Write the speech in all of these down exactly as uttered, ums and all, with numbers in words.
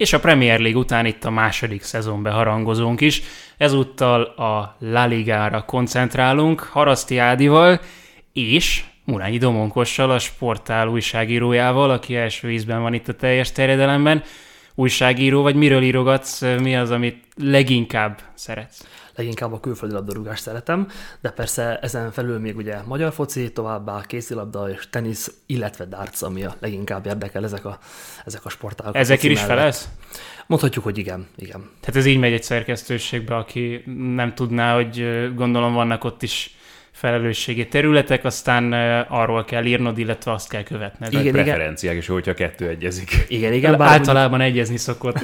és a Premier League után itt a második szezon beharangozónk is. Ezúttal a La Ligára koncentrálunk Haraszti Ádival, és Murányi Domonkossal, a Sportál újságírójával, aki első ízben van itt a teljes terjedelemben. Újságíró, vagy miről írogatsz, mi az, amit leginkább szeretsz? Leginkább a külföldi labdarúgást szeretem, de persze ezen felül még ugye magyar foci, továbbá kézilabda és tenisz, illetve darts, ami a leginkább érdekel, ezek a, ezek a sportágak. Ezekért is felelsz? Mondhatjuk, hogy igen, igen. Tehát ez így megy egy szerkesztőségbe, aki nem tudná, hogy gondolom vannak ott is felelősségi területek, aztán arról kell írnod, illetve azt kell követned. Igen, preferenciák is, hogyha kettő egyezik. Igen, igen. Általában mondjuk... egyezni szokott.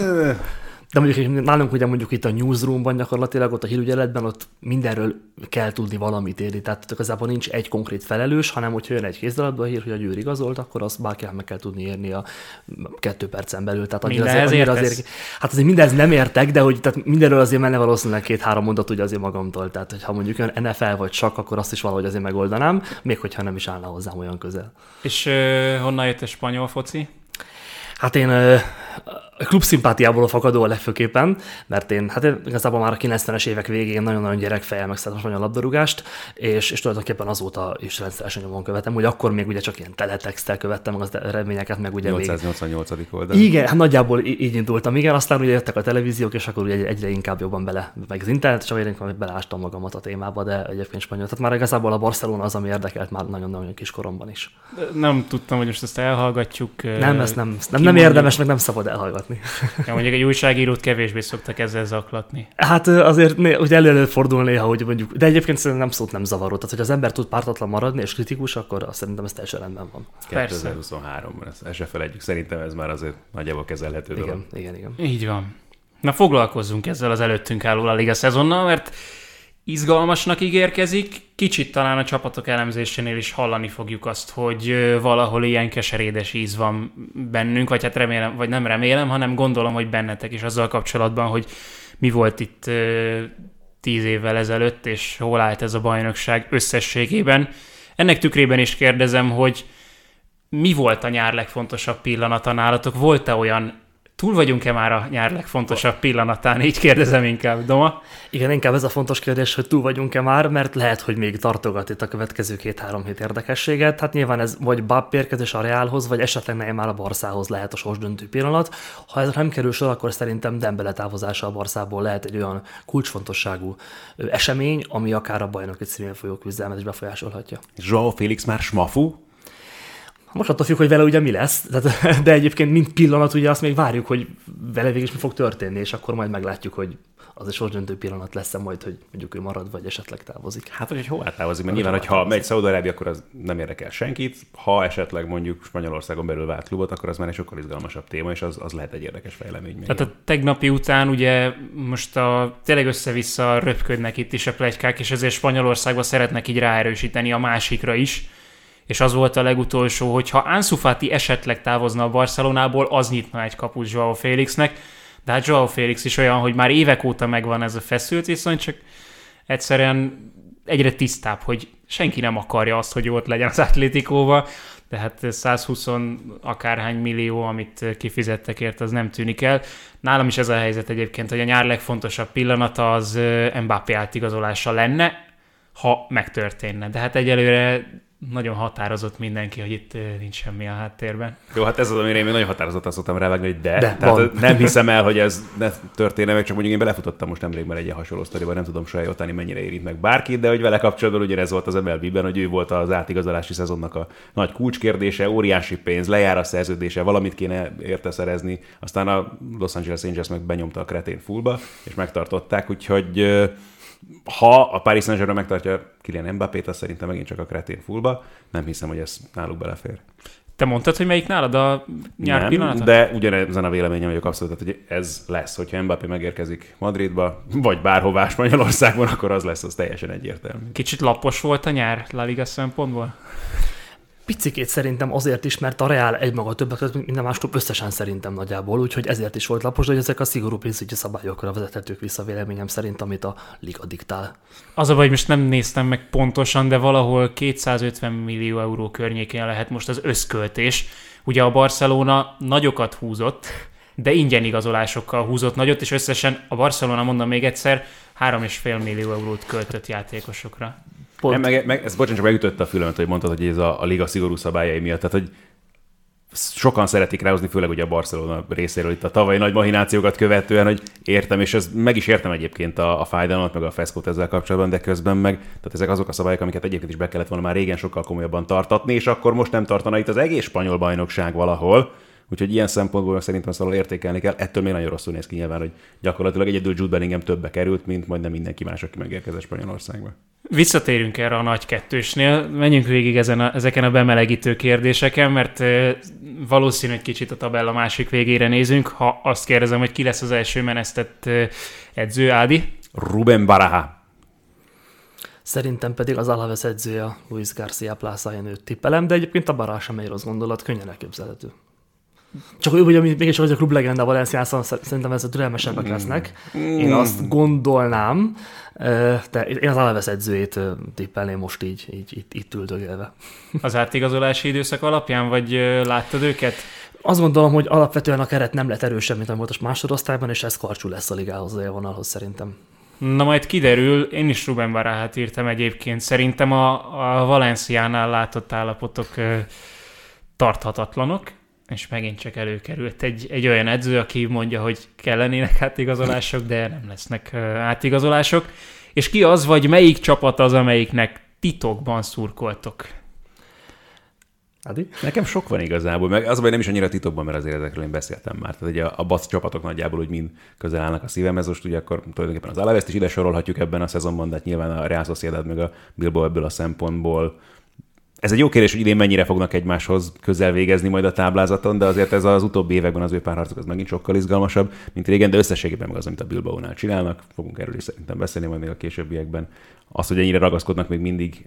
De mondjuk nálunk ugye mondjuk itt a newsroomban gyakorlatilag, ott a hírügyeletben ott mindenről kell tudni valamit érni. Tehát igazából nincs egy konkrét felelős, hanem hogyha jön egy kézilabda hír, hogy a Győr igazolt, akkor azt bárkinek meg kell tudni érni a kettő percen belül. Tehát mindenhez azért, azért, hát azért mindez nem értek, de hogy tehát mindenről azért menne valószínűleg két-három mondat ugye azért magamtól. Tehát hogyha mondjuk olyan en ef el vagy csak, akkor azt is valahogy azért megoldanám, még hogyha nem is állna hozzám olyan közel. És uh, honnan jött a spanyol foci? Hát én uh, klubszimpátiából fakadó a legfőképpen, mert én, hát én igazából már a kilencvenes évek végén nagyon-nagyon gyerekfejjel megszerettem a labdarúgást, és, és tulajdonképpen azóta is rendszeresen nyomon követem, hogy akkor még ugye csak ilyen teletexttel követtem meg az eredményeket, meg ugye nyolcszáznyolcvannyolcadik oldal. Igen, hát nagyjából így indultam, igen, aztán ugye jöttek a televíziók, és akkor ugye egyre inkább jobban bele, meg az internet, és én beleástam magamat a témába, de egyébként spanyol. Tehát már igazából a Barcelona az, ami érdekelt már nagyon-nagyon kis koromban is. Nem tudtam, hogy most ezt elhallgatjuk. Nem, ezt nem, nem, nem érdemes, meg nem szabad elhallgatni. Ja, mondjuk egy újságírót kevésbé szoktak ezzel zaklatni. Hát azért né, ugye elő fordul néha, hogy mondjuk, de egyébként szerintem nem szót nem zavaró. Tehát, hogy az ember tud pártatlan maradni és kritikus, akkor azt szerintem ez teljesen rendben van. kétezer-huszonháromban, ezt se felejtjük, szerintem ez már azért nagyjából kezelhető igen, dolog. Igen, igen. Így van. Na foglalkozzunk ezzel az előttünk álló La Liga szezonnal, mert izgalmasnak ígérkezik. Kicsit talán a csapatok elemzésénél is hallani fogjuk azt, hogy valahol ilyen keserédes íz van bennünk, vagy hát remélem, vagy nem remélem, hanem gondolom, hogy bennetek is azzal kapcsolatban, hogy mi volt itt tíz évvel ezelőtt, és hol állt ez a bajnokság összességében. Ennek tükrében is kérdezem, hogy mi volt a nyár legfontosabb pillanata nálatok? Volt-e olyan, túl vagyunk-e már a nyár legfontosabb pillanatán? Így kérdezem inkább, Doma. Igen, inkább ez a fontos kérdés, hogy túl vagyunk-e már, mert lehet, hogy még tartogat itt a következő két-három hét érdekességet. Hát nyilván ez vagy Mbappé érkezés a Realhoz, vagy esetleg nem már a Barszához lehet a sorsdöntő pillanat. Ha ez nem kerül sor, akkor szerintem Dembele távozása a Barszából lehet egy olyan kulcsfontosságú esemény, ami akár a bajnoki címén folyó küzdelmet is befolyásolhatja. João Félix már smafu? Most attól függ, hogy vele ugye mi lesz, de egyébként mint pillanat ugye azt még várjuk, hogy vele végig is mi fog történni, és akkor majd meglátjuk, hogy az egy sorsdöntő pillanat lesz-e majd, hogy mondjuk ő marad, vagy esetleg távozik. Hát, hogy hová távozik, mert nyilván, hogyha megy Szaúd-Arábia, akkor az nem érdekel senkit. Ha esetleg mondjuk Spanyolországon belül vált klubot, akkor az már egy sokkal izgalmasabb téma, és az, az lehet egy érdekes fejlemény. Tehát a tegnapi után ugye most a, tényleg össze-vissza röpködnek itt is a pletykák, és ezért Spanyolországban szeretnek így ráerősíteni a másikra is. És az volt a legutolsó, hogy ha Ansu Fati esetleg távozna a Barcelonából, az nyitna egy kaput João Félixnek, de hát João Félix is olyan, hogy már évek óta megvan ez a feszült viszony, csak egyszerűen egyre tisztább, hogy senki nem akarja azt, hogy ott legyen az Atlétikóba, de hát százhúsz akárhány millió, amit kifizettek érte, az nem tűnik el. Nálam is ez a helyzet egyébként, hogy a nyár legfontosabb pillanata az Mbappé átigazolása lenne, ha megtörténne. De hát egyelőre nagyon határozott mindenki, hogy itt nincs semmi a háttérben. Jó, hát ez az, amire én még nagyon határozottan szoktam rávágni, hogy de. de Tehát nem hiszem el, hogy ez ne történne meg, csak mondjuk én belefutottam most nemrégben egy ilyen hasonló sztoriban, nem tudom Sajó Tani mennyire érint meg bárkit, de hogy vele kapcsolatban ugyanez volt az em el bé-ben, hogy ő volt az átigazolási szezonnak a nagy kulcskérdése, óriási pénz, lejár a szerződése, valamit kéne érte szerezni, aztán a Los Angeles Angels meg benyomta a kretén fullba, és megtartották, úgyhogy ha a Paris Saint-Germain megtartja Kylian Mbappét, az szerintem megint csak a kretén fullba. Nem hiszem, hogy ez náluk belefér. Te mondtad, hogy melyik nálad a nyár nem, pillanata? De ugyanezen a véleményem vagyok abszolút, hogy ez lesz, hogyha Mbappé megérkezik Madridba, vagy bárhová Spanyolországban, akkor az lesz, az teljesen egyértelmű. Kicsit lapos volt a nyár La Liga szempontból? Picikét szerintem azért is, mert a Real egymaga többek között minden más klub összesen szerintem nagyjából, úgyhogy ezért is volt lapos, de ezek a szigorú pénzügyi szabályokra vezethetők vissza véleményem szerint, amit a Liga diktál. Az a baj, hogy most nem néztem meg pontosan, de valahol kétszázötven millió euró környékén lehet most az összköltés. Ugye a Barcelona nagyokat húzott, de ingyen igazolásokkal húzott nagyot, és összesen a Barcelona, mondom még egyszer, három és fél millió eurót költött játékosokra. Nem, meg, meg, ez bocsánat, csak megütötte a fülemet, hogy mondtad, hogy ez a, a liga szigorú szabályai miatt, tehát hogy sokan szeretik ráhozni, főleg ugye a Barcelona részéről itt a tavalyi nagy mahinációkat követően, hogy értem, és ez meg is értem egyébként a, a fájdalmat, meg a feszkót ezzel kapcsolatban, de közben meg, tehát ezek azok a szabályok, amiket egyébként is be kellett volna már régen sokkal komolyabban tartatni, és akkor most nem tartana itt az egész spanyol bajnokság valahol. Úgyhogy ilyen szempontból szerintem szóval értékelni kell. Ettől még nagyon rosszul néz ki nyilván, hogy gyakorlatilag egyedül Jude Bellingham többe került, mint majdnem mindenki más, aki megérkezett Spanyolországba. Visszatérünk erre a nagy kettősnél, menjünk végig ezen a, ezeken a bemelegítő kérdéseken, mert e, valószínű, hogy kicsit a tabella másik végére nézünk, ha azt kérdezem, hogy ki lesz az első menesztett e, edző, Ádi? Rubén Baraja. Szerintem pedig az Alaves edzője, Luis García Plázáján őt tippelem, de egyébként a Baraja sem egy rossz gondolat, könnyen elképzelhető. Csak úgy, hogy mégis hogy a klublegenda Valenciában szerintem ezzel türelmesebbek lesznek. Én azt gondolnám, de én az Alaves edzőjét tippelném most így, így itt, itt üldögélve. Az átigazolási időszak alapján, vagy láttad őket? Azt gondolom, hogy alapvetően a keret nem lett erősebb, mint ami volt a másodosztályban, és ez karcsú lesz a ligához, a élvonalhoz szerintem. Na majd kiderül, én is Rubén Baraját írtam egyébként. Szerintem a, a Valenciánál látott állapotok tarthatatlanok, és megint csak előkerült egy, egy olyan edző, aki mondja, hogy kellenének átigazolások, de nem lesznek átigazolások. És ki az, vagy melyik csapat az, amelyiknek titokban szurkoltok? Adi? Nekem sok van igazából, meg az, hogy nem is annyira titokban, mert azért ezekről én beszéltem már. Tehát ugye a, a basz csapatok nagyjából úgy mind közel állnak a szívemhez, most ugye akkor tulajdonképpen az Alavest is ide sorolhatjuk ebben a szezonban, de hát nyilván a Real Sociedad meg a Bilbao ebből a szempontból. Ez egy jó kérdés, hogy idén mennyire fognak egymáshoz közel végezni majd a táblázaton, de azért ez az utóbbi években az ő párharcuk az megint sokkal izgalmasabb, mint régen, de összességében meg az, amit a Bilbaónál csinálnak. Fogunk erről is szerintem beszélni majd még a későbbiekben. Az, hogy ennyire ragaszkodnak még mindig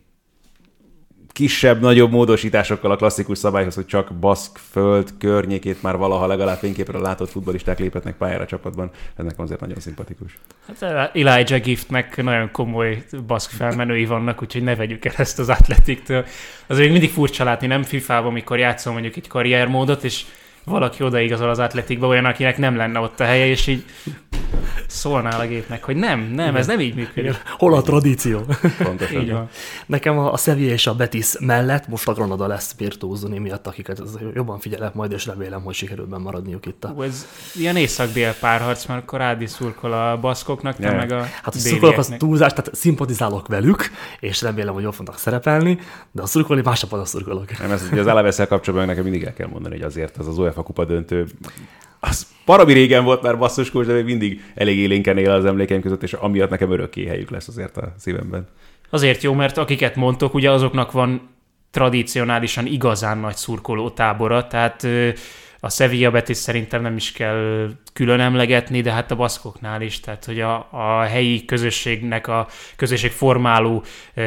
kisebb, nagyobb módosításokkal a klasszikus szabályhoz, hogy csak baszk föld környékét már valaha legalább fényképre látott futballisták léphetnek pályára a csapatban. Ez nekem azért nagyon szimpatikus. Hát Elijah Giftnek nagyon komoly baszk felmenői vannak, úgyhogy ne vegyük el ezt az Atletiktől. Az még mindig furcsa látni, nem fifában, amikor játszom mondjuk egy karriermódot, és valaki odaigazol az Atletikba, olyan, akinek nem lenne ott a helye, és így szólnál a gépnek, hogy nem, nem, igen, ez nem így működik. Igen. Hol a tradíció? Pontosan. Így van. Nekem a, a Sevilla és a Betis mellett most a Granada lesz Pirtózoni miatt, akiket jobban figyelek majd, és remélem, hogy sikerül benn maradniuk itt. A... Ó, ez ilyen észak-dél párharc, mert akkor Ádi szurkol a baszkoknak, te meg a hát a szurkolok az túlzás, tehát szimpatizálok velük, és remélem, hogy jól fognak szerepelni, de a szurkolni másnapban a szurkolok. Nem, ez ugye az Alavessel kapcsolatban nekem mindig el kell mondani, hogy azért az az UEFA kupa döntő, az parabi régen volt már basszuskós, de még mindig elég élénken él az emlékeim között, és amiatt nekem örökké helyük lesz azért a szívemben. Azért jó, mert akiket mondtok, ugye azoknak van tradicionálisan igazán nagy szurkoló tábora, tehát a Sevilla Betis szerintem nem is kell külön emlegetni, de hát a baszkoknál is, tehát hogy a, a helyi közösségnek a közösségformáló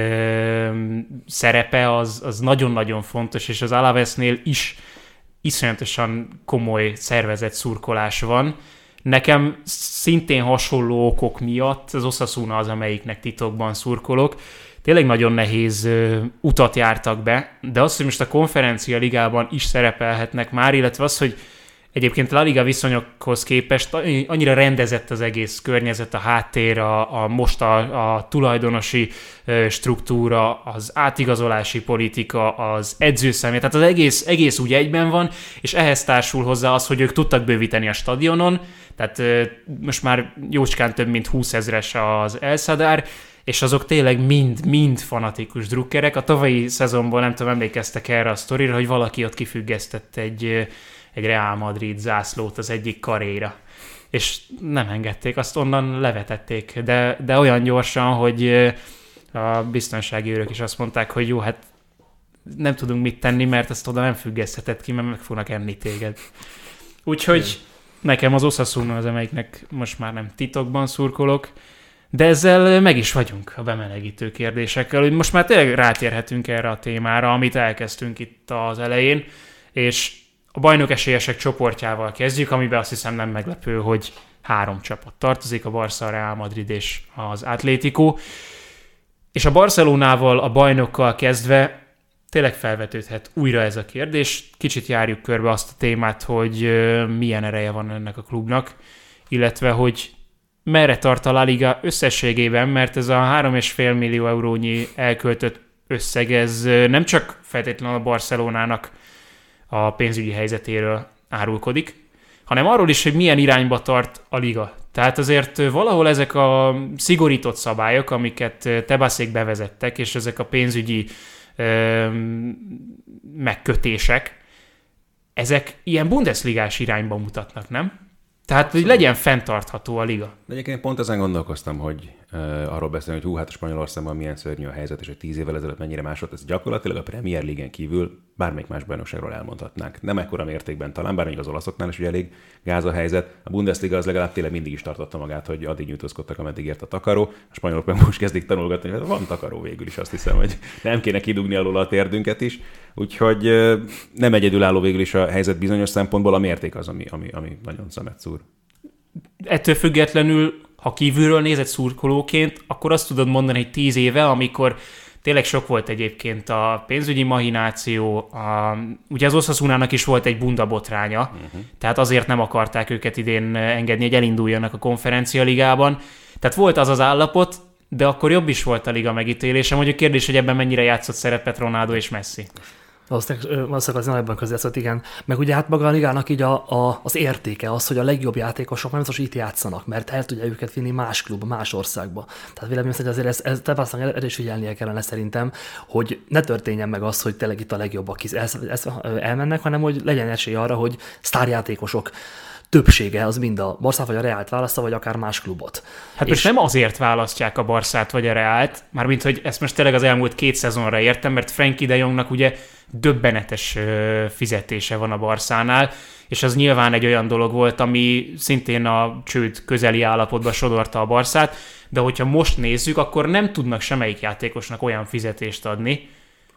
ö, szerepe az, az nagyon-nagyon fontos, és az Alavesnél is iszonyatosan komoly szervezett szurkolás van. Nekem szintén hasonló okok miatt az Osasuna az, amelyiknek titokban szurkolok. Tényleg nagyon nehéz ö, utat jártak be, de az, hogy most a konferencia ligában is szerepelhetnek már, illetve az, hogy egyébként La Liga viszonyokhoz képest annyira rendezett az egész környezet, a háttér, a, a most a, a tulajdonosi struktúra, az átigazolási politika, az edzőszemély, tehát az egész, egész úgy egyben van, és ehhez társul hozzá az, hogy ők tudtak bővíteni a stadionon, tehát most már jócskán több mint húszezres az El Sadar, és azok tényleg mind-mind fanatikus drukkerek. A tavalyi szezonból nem tudom, emlékeztek erre a sztorira, hogy valaki ott kifüggesztett egy egy Real Madrid zászlót az egyik karéra. És nem engedték, azt onnan levetették, de, de olyan gyorsan, hogy a biztonsági őrök is azt mondták, hogy jó, hát nem tudunk mit tenni, mert ezt oda nem függesztheted ki, mert meg fognak enni téged. Úgyhogy nekem az Osasuna az, amelyiknek most már nem titokban szurkolok, de ezzel meg is vagyunk a bemelegítő kérdésekkel, hogy most már tényleg rátérhetünk erre a témára, amit elkezdtünk itt az elején, és a bajnok esélyesek csoportjával kezdjük, amiben azt hiszem nem meglepő, hogy három csapat tartozik, a Barca, a Real Madrid és az Atlético. És a Barcelonával, a bajnokkal kezdve tényleg felvetődhet újra ez a kérdés. Kicsit járjuk körbe azt a témát, hogy milyen ereje van ennek a klubnak, illetve hogy merre tart a La Liga összességében, mert ez a három egész öt millió eurónyi elköltött összeg, ez nem csak feltétlenül a Barcelonának a pénzügyi helyzetéről árulkodik, hanem arról is, hogy milyen irányba tart a liga. Tehát azért valahol ezek a szigorított szabályok, amiket Tebaszék bevezettek, és ezek a pénzügyi ö, megkötések, ezek ilyen Bundesligás irányba mutatnak, nem? Tehát, hogy legyen fenntartható a liga. De egyébként pont ezen gondolkoztam, hogy uh, arról beszélni, hogy hú, hát a Spanyolországban milyen szörnyű a helyzet, és hogy tíz évvel ezelőtt mennyire más volt. Ez gyakorlatilag a Premier League-en kívül bármelyik más bajnokságról elmondhatnánk. Nem ekkora mértékben talán, bár még az olaszoknál is ugye elég gáz a helyzet. A Bundesliga az legalább tényleg mindig is tartotta magát, hogy addig nyújtózkodtak, ameddig ért a takaró. A spanyolok meg most kezdik tanulgatni, hogy van takaró végül is, azt hiszem, hogy nem kéne kidugni alól a térdünket is. Úgyhogy nem egyedülálló végül is a helyzet bizonyos szempontból, a mérték az, ami, ami, ami nagyon szemet szúr. Ettől függetlenül, ha kívülről nézed szurkolóként, akkor azt tudod mondani, hogy tíz éve, amikor tényleg sok volt egyébként a pénzügyi mahináció, a, ugye az Osasunának is volt egy bunda botránya, uh-huh. tehát azért nem akarták őket idén engedni, hogy elinduljanak a konferencia ligában. Tehát volt az az állapot, de akkor jobb is volt a liga megítélése. Mondjuk kérdés, hogy ebben mennyire játszott szerepet Ronaldo és Messi. Valószínűleg az nagyban közjátszott, igen. Meg ugye hát maga a ligának így a, a, az értéke az, hogy a legjobb játékosok nem biztos, hogy itt játszanak, mert el tudja őket vinni más klub, más országba. Tehát véleményem szerint azért ezt, ezt valószínűleg erre is figyelnie kellene szerintem, hogy ne történjen meg az, hogy tényleg itt a legjobbak elmennek, hanem hogy legyen esély arra, hogy sztárjátékosok többsége az mind a Barszát vagy a Reált választa, vagy akár más klubot. Hát most nem azért választják a Barszát vagy a Reált, mármint, hogy ezt most tényleg az elmúlt két szezonra értem, mert Frenkie de Jongnak ugye döbbenetes fizetése van a Barszánál, és az nyilván egy olyan dolog volt, ami szintén a csőd közeli állapotba sodorta a Barszát, de hogyha most nézzük, akkor nem tudnak semmelyik játékosnak olyan fizetést adni,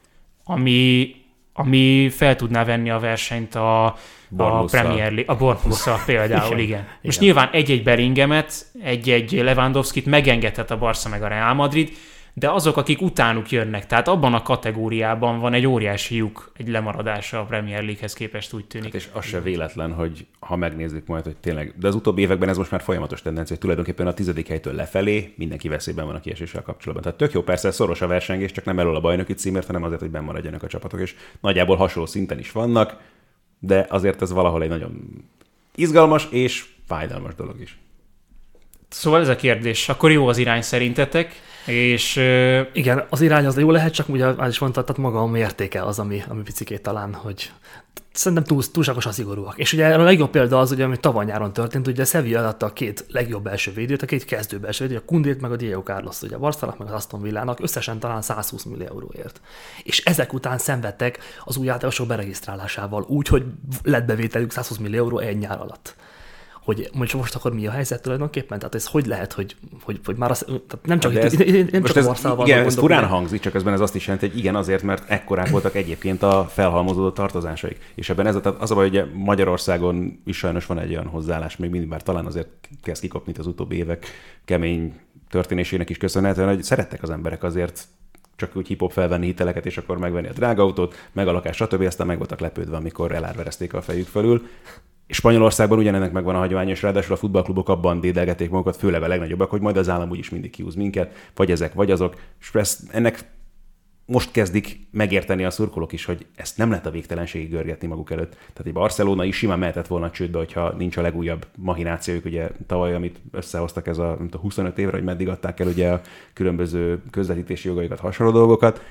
ami, ami fel tudná venni a versenyt a, a Premier League, a Bournemouth-szal például, igen. igen. Most igen. Nyilván egy-egy Bellingemet, egy-egy Lewandowskit megengedhet a Barca meg a Real Madrid, de azok, akik utánuk jönnek, tehát abban a kategóriában van egy óriási lyuk, egy lemaradása a Premier League-hez képest, úgy tűnik. Hát és az se véletlen, hogy ha megnézzük majd, hogy tényleg, de az utóbbi években ez most már folyamatos tendencia, hogy tulajdonképpen a tizedik helytől lefelé mindenki veszélyben van a kieséssel kapcsolatban. Tehát tök jó, persze szoros a versengés, csak nem elől a bajnoki címért, hanem azért, hogy benn maradjanak a csapatok, és nagyjából hasonló szinten is vannak, de azért ez valahol egy nagyon izgalmas és fájdalmas dolog is. Szóval ez a kérdés. Akkor jó az irány szerintetek? És uh... igen, az irány az jó lehet, csak ugye az is mondtad, tehát maga a mértéke az, ami, ami picikét talán, hogy szerintem túl, túlságosan szigorúak. És ugye a legjobb példa az, ugye, ami tavaly nyáron történt, ugye Sevilla adta a két legjobb első védőt, a két kezdő belső védőt, a Kundét meg a Diego Carlos, ugye a Barcelonának meg az Aston Villának összesen talán százhúsz millió euróért. És ezek után szenvedtek az új játékosok beregisztrálásával, úgy, hogy lett bevételük százhúsz millió euró egy nyár alatt. Hogy most, most akkor mi a helyzet tulajdonképpen? Tehát ez hogy lehet, hogy, hogy, hogy már az, tehát nem csak, ez, itt, nem csak ez, a Barszával igen, ez furán hangzik, csak közben ez azt is jelenti, hogy igen, azért, mert ekkorák voltak egyébként a felhalmozódó tartozásaik. És ebben ez a, tehát az a baj, hogy Magyarországon is sajnos van egy olyan hozzáállás, még mindig, bár talán azért kezd kikopni az utóbbi évek kemény történésének is köszönhetően, hogy szerettek az emberek azért csak úgy hip-hop felvenni hiteleket, és akkor megvenni a drága autót, meg a lakás, stb. Aztán meg voltak lepődve, amikor elárverezték a fejük fölül. Spanyolországban ugyanennek megvan a hagyomány, és ráadásul a futballklubok abban dédelgették magukat, főleg a legnagyobbak, hogy majd az állam úgyis mindig kihúz minket, vagy ezek, vagy azok. És ezt, ennek most kezdik megérteni a szurkolók is, hogy ezt nem lehet a végtelenségig görgetni maguk előtt. Tehát egy Barcelona is simán mehetett volna csődbe, hogyha nincs a legújabb mahinációjuk, ugye tavaly, amit összehoztak ez a, a huszonöt évre, hogy meddig adták el ugye a különböző közvetítési jogaikat, hasonló dolgokat.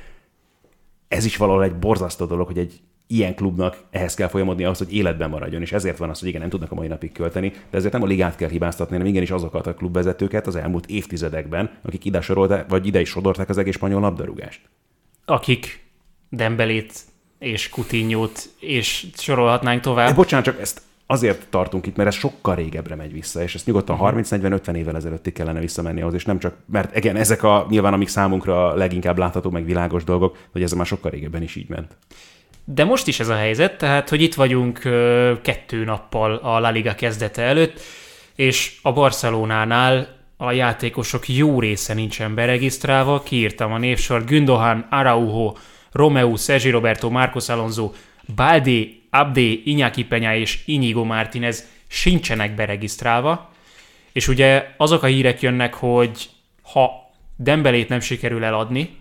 Ez is valahol egy borzasztó dolog, hogy egy ilyen klubnak ehhez kell folyamodni ahhoz, hogy életben maradjon, és ezért van az, hogy igen, nem tudnak a mai napig költeni, de ezért nem a ligát kell hibáztatni, hanem igenis azokat a klubvezetőket az elmúlt évtizedekben, akik ide sorolták, vagy ide is sodorták az egész spanyol labdarúgást. Akik Dembelét és Coutinho-t, és sorolhatnánk tovább. De bocsánat, csak ezt azért tartunk itt, mert ez sokkal régebbre megy vissza, és ezt nyugodtan harminc-negyven-ötven évvel ezelőttig kellene visszamenni ahhoz, és nem csak, mert igen, ezek a nyilván amik számunkra leginkább látható, meg világos dolgok, hogy ez már sokkal régebben is így ment. De most is ez a helyzet, tehát, hogy itt vagyunk ö, kettő nappal a La Liga kezdete előtt, és a Barcelonánál a játékosok jó része nincsen beregisztrálva, kiírtam a névsort: Gündogan, Araujo, Romeu, Sergi Roberto, Marcos Alonso, Balde, Abde, Iñaki Peña és Inigo Martínez sincsenek beregisztrálva, és ugye azok a hírek jönnek, hogy ha Dembélét nem sikerül eladni,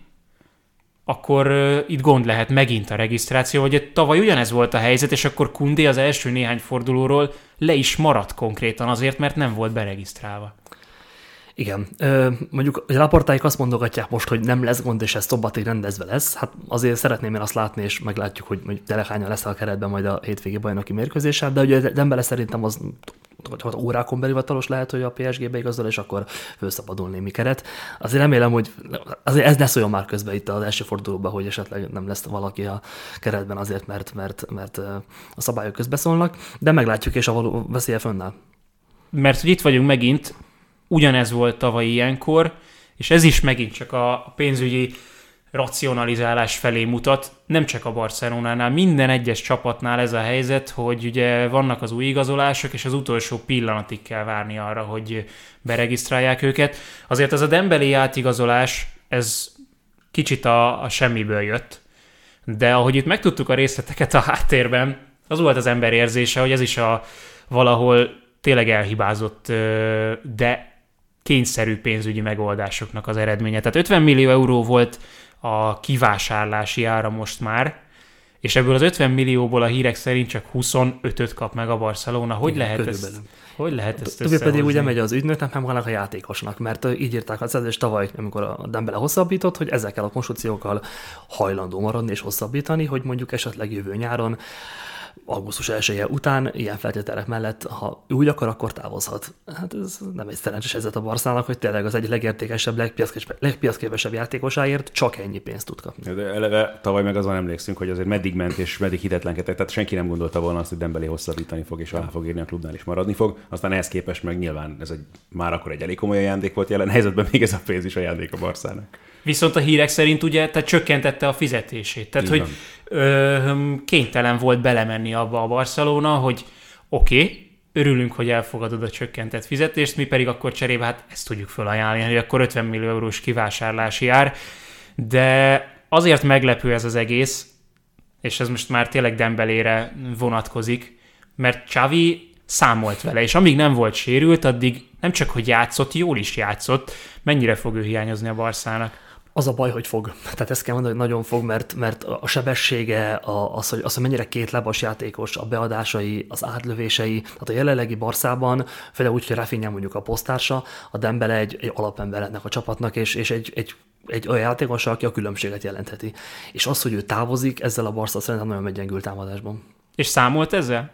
akkor uh, itt gond lehet megint a regisztráció, hogy tavaly ugyanez volt a helyzet, és akkor Koundé az első néhány fordulóról le is maradt konkrétan azért, mert nem volt beregisztrálva. Igen. Ö, mondjuk a raportáik azt mondogatják most, hogy nem lesz gond, és ez szombatig rendezve lesz. Hát azért szeretném én azt látni, és meglátjuk, hogy, hogy tényleg hányan lesz a keretben majd a hétvégi bajnoki mérkőzésen, de ugye Dembélé szerintem az hogy órákon belül hivatalos lehet, hogy a pé es gé-be igazol, és akkor fölszabadul némi keret. Azért remélem, hogy azért ez ne szóljon már közben itt az első fordulóban, hogy esetleg nem lesz valaki a keretben azért, mert, mert, mert a szabályok közbeszólnak, de meglátjuk, és a való veszélye fönnáll. Mert hogy itt vagyunk megint, ugyanez volt tavaly ilyenkor, és ez is megint csak a pénzügyi racionalizálás felé mutat, nem csak a Barcelonánál, minden egyes csapatnál ez a helyzet, hogy ugye vannak az új igazolások, és az utolsó pillanatig kell várni arra, hogy beregisztrálják őket. Azért ez a Dembélé átigazolás, ez kicsit a, a semmiből jött, de ahogy itt megtudtuk a részleteket a háttérben, az volt az ember érzése, hogy ez is a valahol tényleg elhibázott, de kényszerű pénzügyi megoldásoknak az eredménye. Tehát ötven millió euró volt a kivásárlási ára most már, és ebből az ötven millióból a hírek szerint csak huszonötöt kap meg a Barcelona. Hogy Igen, lehet ezt, hogy lehet ezt Többé pedig ugye megy az ügynöknek, nem magának a játékosnak, mert így írták a szerződést tavaly, amikor a Dembélé hosszabbított, hogy ezekkel a konstrukciókkal hajlandó maradni és hosszabbítani, hogy mondjuk esetleg jövő nyáron augusztus elsője után ilyen feltételek mellett, ha úgy akar, akkor távozhat. Hát ez nem egy szerencsés helyzet a Barszának, hogy tényleg az egy legértékesebb, legpiacképesebb játékosáért csak ennyi pénzt tud kapni. De eleve tavaly meg azon emlékszünk, hogy azért meddig ment és meddig hitetlenkedett, tehát senki nem gondolta volna azt, hogy Dembélé hosszabbítani fog és alá fog írni a klubnál is maradni fog. Aztán ehhez képest meg nyilván ez egy, már akkor egy elég komoly ajándék volt, jelen helyzetben még ez a pénz is ajándék a Barszának. Viszont a hírek szerint ugye tehát csökkentette a fizetését. Tehát, hogy ö, kénytelen volt belemenni abba a Barcelona, hogy oké, okay, örülünk, hogy elfogadod a csökkentett fizetést, mi pedig akkor cserébe hát ezt tudjuk felajánlani, hogy akkor ötven millió eurós kivásárlási ár. De azért meglepő ez az egész, és ez most már tényleg Dembélére vonatkozik, mert Xavi számolt vele, és amíg nem volt sérült, addig nem csak, hogy játszott, jól is játszott. Mennyire fog ő hiányozni a Barszának? Az a baj, hogy fog. Tehát ezt kell mondani, hogy nagyon fog, mert, mert a sebessége, az hogy, az, hogy mennyire kétlábas játékos, a beadásai, az átlövései, tehát a jelenlegi Barszában, főleg úgy, hogy Rafinha mondjuk a posztársa, a Dembélé egy, egy alapember ennek a csapatnak, és, és egy, egy, egy olyan játékos, aki a különbséget jelentheti. És az, hogy ő távozik, ezzel a Barca szerintem nagyon meggyengült támadásban. És számolt ezzel?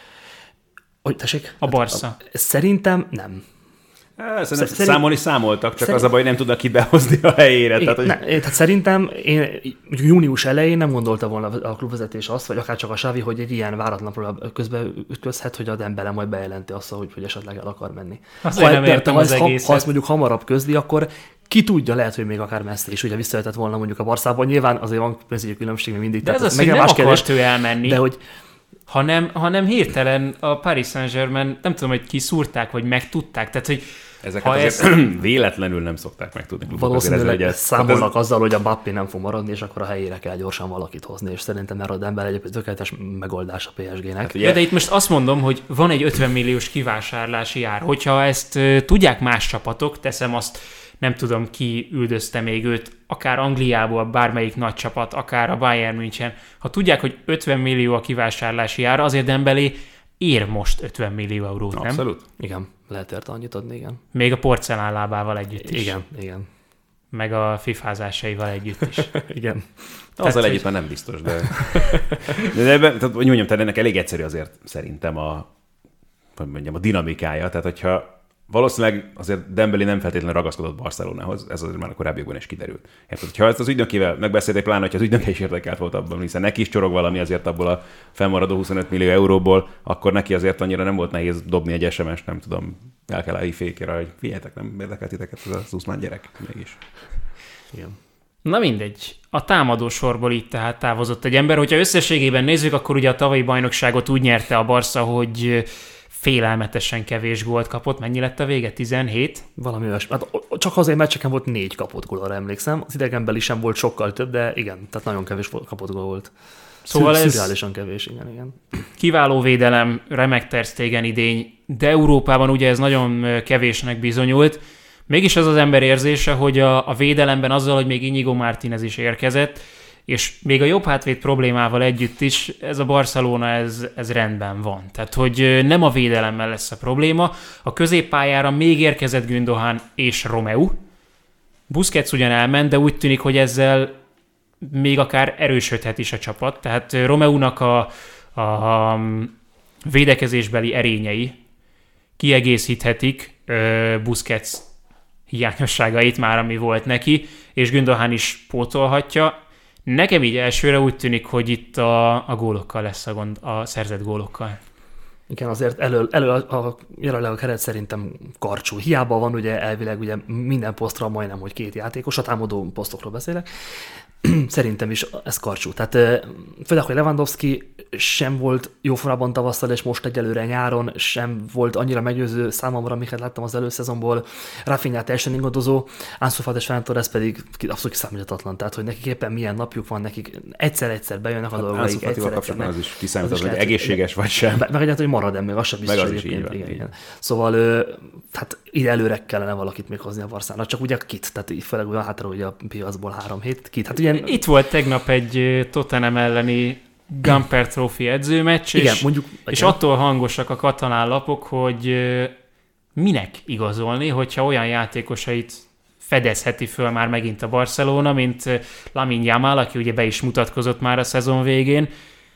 Hogy tessék? A Barca. Hát, a, szerintem nem. Szerintem Szerint... számolni számoltak, csak Szerint... az a baj, nem tudnak itt behozni a helyére. Igen, tehát, hogy... ne, tehát szerintem én június elején nem gondolta volna a klubvezetés azt, vagy akár csak a Xavi, hogy egy ilyen váratlan probléma közben ütközhet, hogy a Dembélé majd bejelenti azt, hogy, hogy esetleg el akar menni. Azt ha, nem értem ha, az ha, egészet. Ha ezt mondjuk hamarabb közli, akkor ki tudja, lehet, hogy még akár messze is ugye visszajöhetett volna mondjuk a Barszában. Nyilván azért van pénzügyi különbség még mindig. De ez tehát az, hogy nem akart kérdés, ő elmenni. De hogy hanem, hanem hirtelen a Paris Saint-Germain, nem tudom, hogy kiszúrták, vagy megtudták. Tehát, hogy ezeket azért ezt... véletlenül nem szokták megtudni. Valószínűleg ez, számolnak ez... azzal, hogy a Mbappé nem fog maradni, és akkor a helyére kell gyorsan valakit hozni, és szerintem erre a Dembélé egyébként tökéletes megoldás a pé es gének. Hát, ugye... De itt most azt mondom, hogy van egy ötven milliós kivásárlási ár. Hogyha ezt uh, tudják más csapatok, teszem azt, nem tudom, ki üldözte még őt, akár Angliából, bármelyik nagy csapat, akár a Bayern München. Ha tudják, hogy ötven millió a kivásárlási ára, azért Dembélé ér most ötven millió eurót, nem? Abszolút. Igen, lehet érte annyit adni, igen. Még a porcelánlábával együtt is. Igen, igen. Meg a fifázásaival együtt is. Igen. Azzal együtt már nem biztos, de... de ebben, tehát, hogy mondjam, tehát ennek elég egyszerű azért szerintem a, hogy mondjam, a dinamikája. Tehát, hogyha valószínűleg azért Dembélé nem feltétlenül ragaszkodott Barcelonához, ez azért már a korábbiakban is kiderült. Hát, ha ezt az ügynökével megbeszélték, pláne, hogyha az ügynöke is érdekelt volt abban, hiszen neki is csorog valami azért abból a fennmaradó huszonöt millió euróból, akkor neki azért annyira nem volt nehéz dobni egy es em es-t, nem tudom, el kell állni fékére, hogy figyeljetek, nem érdekelt titeket ez az Uszmán gyerek mégis. Igen. Na mindegy. A támadó sorból itt tehát távozott egy ember. Hogyha összességében nézzük, akkor ugye a tavalyi bajnokságot úgy nyerte a Barca, hogy félelmetesen kevés gólt kapott. Mennyi lett a vége? tizenhét? Valami olyasmi. Hát csak azért meccseken volt négy kapott gól, arra emlékszem. Az idegenbeli sem volt sokkal több, de igen, tehát nagyon kevés kapott gól volt. Szóval ez szürreálisan kevés, igen, igen. Kiváló védelem, remek Ter Stegen idény, de Európában ugye ez nagyon kevésnek bizonyult. Mégis az az ember érzése, hogy a, a védelemben azzal, hogy még Inigo Martínez is érkezett, és még a jobb hátvéd problémával együtt is ez a Barcelona, ez, ez rendben van. Tehát, hogy nem a védelemmel lesz a probléma. A középpályára még érkezett Gündogan és Romeu. Busquets ugyan elment, de úgy tűnik, hogy ezzel még akár erősödhet is a csapat. Tehát Romeunak a, a védekezésbeli erényei kiegészíthetik Busquets hiányosságait már, ami volt neki, és Gündogan is pótolhatja. Nekem így elsőre úgy tűnik, hogy itt a, a gólokkal lesz a gond, a szerzett gólokkal. Igen, azért elő, elő a, a jelenleg a keret szerintem karcsú. Hiába van ugye elvileg ugye minden posztra majdnem, hogy két játékos, a támadó posztokról beszélek. Szerintem is ez karcsú. Tehát főleg, hogy Lewandowski sem volt jó formában tavasszal, és most egyelőre nyáron sem volt annyira meggyőző számomra, amiket láttam az előszezonból. Rafinha teljesen ingadozó, Ansu Fati és Ferran Torres pedig abszolút kiszámíthatatlan. Tehát, hogy nekik éppen milyen napjuk van, nekik egyszer-egyszer bejönnek a dolgaik. Ansu Fatival kapcsolatban az is kiszámíthatatlan, hogy egészséges vagy sem. Meg egyáltalán, hogy marad-e, még az sem biztos. Meg az is így van, igen, így. igen. Szóval hát ide előre kellene valakit még hozni a Barszának, csak ugye kit, tehát főleg olyan hátra ugye a piacból három hét, kit. Hát ugye itt volt tegnap egy Tottenham elleni Gamper Trophy edzőmeccs, igen, és, mondjuk, és igen. attól hangosak a katalán lapok, hogy minek igazolni, hogyha olyan játékosait fedezheti föl már megint a Barcelona, mint Lamine Yamal, aki ugye be is mutatkozott már a szezon végén.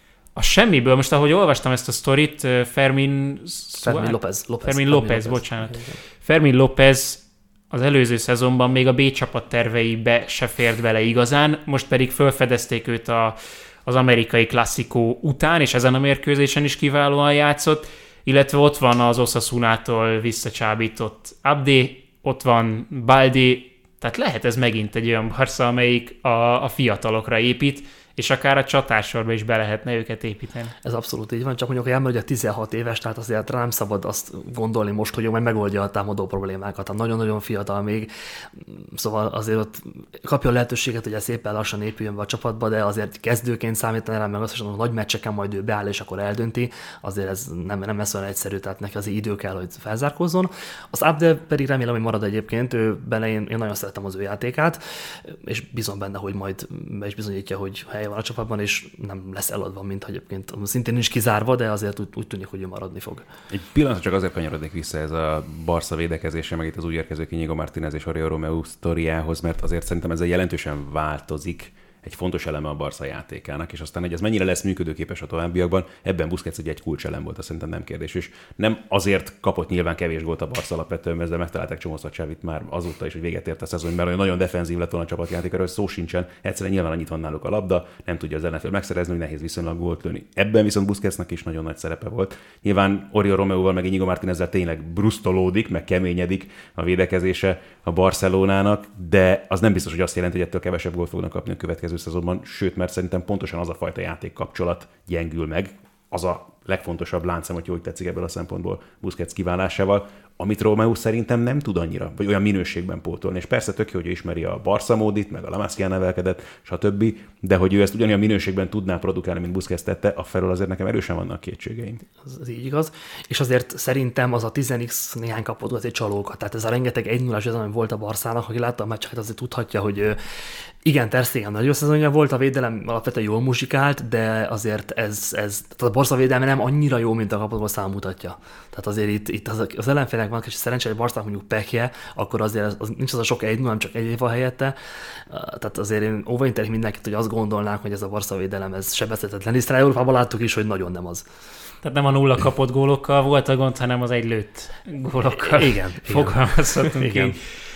A semmiből, most ahogy olvastam ezt a sztorit, Fermin... Fermin López. López Fermin López, bocsánat. Igen. Fermin López az előző szezonban még a B csapat terveibe se fért bele igazán, most pedig felfedezték őt a, az amerikai klasszikó után, és ezen a mérkőzésen is kiválóan játszott, illetve ott van az Osasunától visszacsábított Abdi, ott van Baldi, tehát lehet ez megint egy olyan Barca, amelyik a, a fiatalokra épít, és akár a csatársorba is be lehetne őket építeni. Ez abszolút így van, csak mondjuk, hogy elmegy a tizenhat éves, tehát azért nem szabad azt gondolni most, hogy ő majd megoldja a támadó problémákat. Tehát nagyon-nagyon fiatal még, szóval azért ott kapja a lehetőséget, hogy ez szépen lassan épüljön be a csapatba, de azért kezdőként számítani rá, meg azt, hogy a nagy meccseken majd ő beáll, és akkor eldönti, azért ez nem, nem lesz olyan egyszerű, tehát neki azért idő kell, hogy felzárkózzon. Az Abde pedig remélem, hogy marad egyébként, ő benne én, én nagyon szeretem az ő játékát, és bízom benne, hogy majd be is bizonyítja, hogy hely van a csapatban, és nem lesz eladva, mint egyébként szintén nincs kizárva, de azért úgy, úgy tűnik, hogy ő maradni fog. Egy pillanat csak azért kanyarodik vissza ez a Barca védekezése, meg itt az új érkező Inigo Martínez és Oriol Romeu sztoriához, mert azért szerintem ezzel jelentősen változik egy fontos eleme a Barca játékának, és aztán, hogy ez mennyire lesz működőképes a továbbiakban, ebben Busquets ugye egy kulcselem volt, azt szerintem nem kérdés, és nem azért kapott nyilván kevés gólt a Barca alapvetően, ezzel megtalálták csomószor Xavit már azóta is, hogy véget ért a szezon, mert nagyon defenzív lett volna a csapatjátékáról, szó sincsen, egyszerűen nyilván annyit van náluk a labda, nem tudja az ellenfél megszerezni, hogy nehéz viszonylag gólt lőni. Ebben viszont Busquetsnak is nagyon nagy szerepe volt. Nyilván Oriol Romeuval meg Inigo Martínezzel tényleg brusztolódik, meg keményedik a védekezése a Barcelonának, de az nem biztos, hogy azt jelenti, hogy ettől kevesebb gólt fognak kapni a következő szezonban, sőt, mert szerintem pontosan az a fajta játékkapcsolat gyengül meg, az a legfontosabb láncszem, hogy úgy tetszik ebből a szempontból Busquets kiválásával, amit Romeu szerintem nem tud annyira, vagy olyan minőségben pótolni. És persze tök jó, hogy ő ismeri a Barca módit, meg a La Masia nevelkedett, stb., de hogy ő ezt ugyanilyen minőségben tudná produkálni, mint Busquets tette, afelől azért nekem erősen vannak kétségeim. Ez, ez így igaz. És azért szerintem az a tíz x néhány kapott azért csalókat. Tehát ez a rengeteg egy nullás, ami volt a Barszának, aki látta a meccseket, azért tudhatja, hogy igen, Ter Stegen nagyon szezonja volt, a védelem alapvetően jól muzsikált, de azért ez, ez tehát a Barca védelme nem annyira jó, mint a kapatból szám mutatja. Tehát azért itt, itt az, az ellenfélnek van, és szerencsére, hogy Barszának mondjuk pekje, akkor azért az, az, nincs az a sok egy nulla, hanem csak egy év van helyette. Tehát azért én óvaintelik mindenkit, hogy azt gondolnák, hogy ez a Barca védelem ez sebezhetetlen. Hiszen Európában láttuk is, hogy nagyon nem az. Tehát nem a nulla kapott gólokkal volt a gond, hanem az egy lőtt gólokkal. Igen. Fogalmazhatunk igen. ki.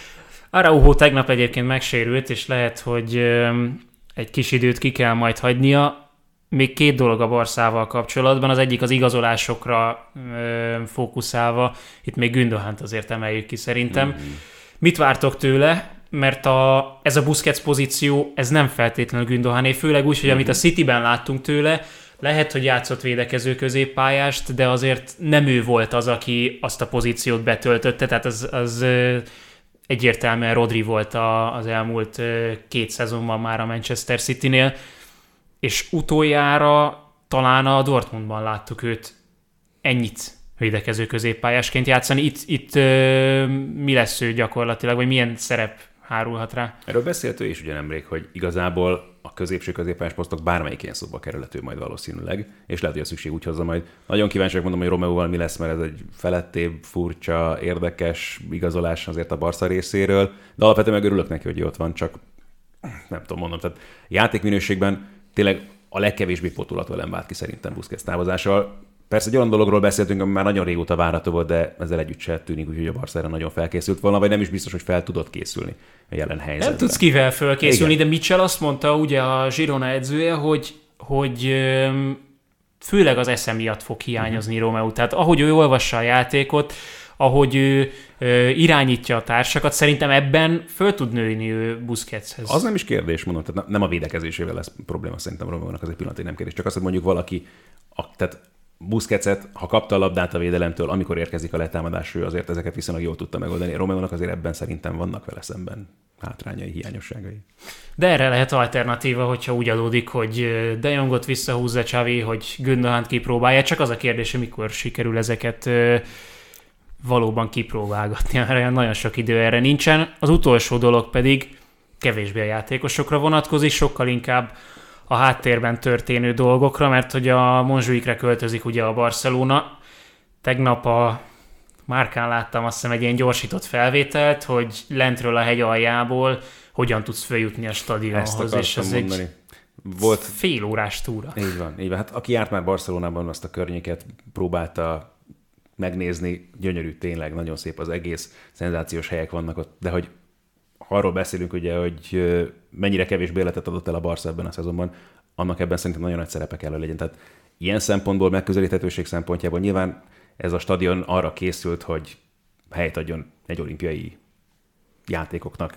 Araujo tegnap egyébként megsérült, és lehet, hogy egy kis időt ki kell majd hagynia. Még két dolog a Barszával kapcsolatban, az egyik az igazolásokra fókuszálva, itt még Gündogant azért emeljük ki szerintem. Mm-hmm. Mit vártok tőle? Mert a, ez a Busquets pozíció, ez nem feltétlenül Gündogané, főleg úgy, hogy amit a Cityben láttunk tőle, lehet, hogy játszott védekező középpályást, de azért nem ő volt az, aki azt a pozíciót betöltötte, tehát az, az egyértelműen Rodri volt a, az elmúlt két szezonban már a Manchester Citynél, és utoljára talán a Dortmundban láttuk őt ennyit védekező középpályásként játszani. Itt, itt mi lesz ő gyakorlatilag, vagy milyen szerep hárulhat rá? Erről beszélt ő is ugye nemrég, hogy igazából a középső középpályás posztok bármelyikén szóba kerülhető majd valószínűleg, és lehet, hogy a szükség úgy hozza majd. Nagyon kíváncsiak mondom, hogy Romeóval mi lesz, mert ez egy felettébb, furcsa, érdekes igazolás azért a Barca részéről, de alapvetően meg örülök neki, hogy ott van, csak nem tudom mondom, tehát játékminőségben tényleg a legkevésbé potulatú elem vált ki szerintem Busquets távozásával. Persze egy olyan dologról beszéltünk, ami már nagyon régóta várható volt, de ezzel együtt se tűnik, hogy a Barca erre nagyon felkészült volna, vagy nem is biztos, hogy fel tudott készülni a jelen helyzetben. Nem tudsz kivel felkészülni, de Mitchell azt mondta, ugye a Girona edzője, hogy, hogy főleg az esze miatt fog hiányozni uh-huh. Romeo. Tehát ahogy ő olvassa a játékot, ahogy ő ö, irányítja a társakat, szerintem ebben föl tud nőni ő Busquetshez. Az nem is kérdés, mondom, tehát nem a védekezésével lesz probléma szerintem Romeónak, az egy pillanatig nem kérdés. Csak azt, hogy mondjuk valaki, a, tehát Busquetset, ha kapta a labdát a védelemtől, amikor érkezik a letámadás, ő azért ezeket viszonylag jól tudta megoldani. Romeónak azért ebben szerintem vannak vele szemben hátrányai, hiányosságai. De erre lehet alternatíva, hogyha úgy adódik, hogy De Jongot visszahúzza Xavi, hogy Gündoğant kipróbálja. Csak az a kérdés, hogy mikor sikerül ezeket valóban kipróbálgatni, mert nagyon sok idő erre nincsen. Az utolsó dolog pedig kevésbé a játékosokra vonatkozik, sokkal inkább a háttérben történő dolgokra, mert hogy a Montjuïcre költözik ugye a Barcelona. Tegnap a Márkán láttam azt hiszem egy ilyen gyorsított felvételt, hogy lentről a hegy aljából hogyan tudsz följutni a stadionhoz, és ez mondani. Egy volt fél órás túra. Így van, így van. Hát aki járt már Barcelonában, azt a környéket próbálta megnézni, gyönyörű, tényleg, nagyon szép az egész, szenzációs helyek vannak ott, de hogy arról beszélünk ugye, hogy mennyire kevés bérletet adott el a Barca ebben a szezonban, annak ebben szerintem nagyon nagy szerepe kell, hogy legyen. Tehát ilyen szempontból, megközelíthetőség szempontjából nyilván ez a stadion arra készült, hogy helyt adjon egy olimpiai játékoknak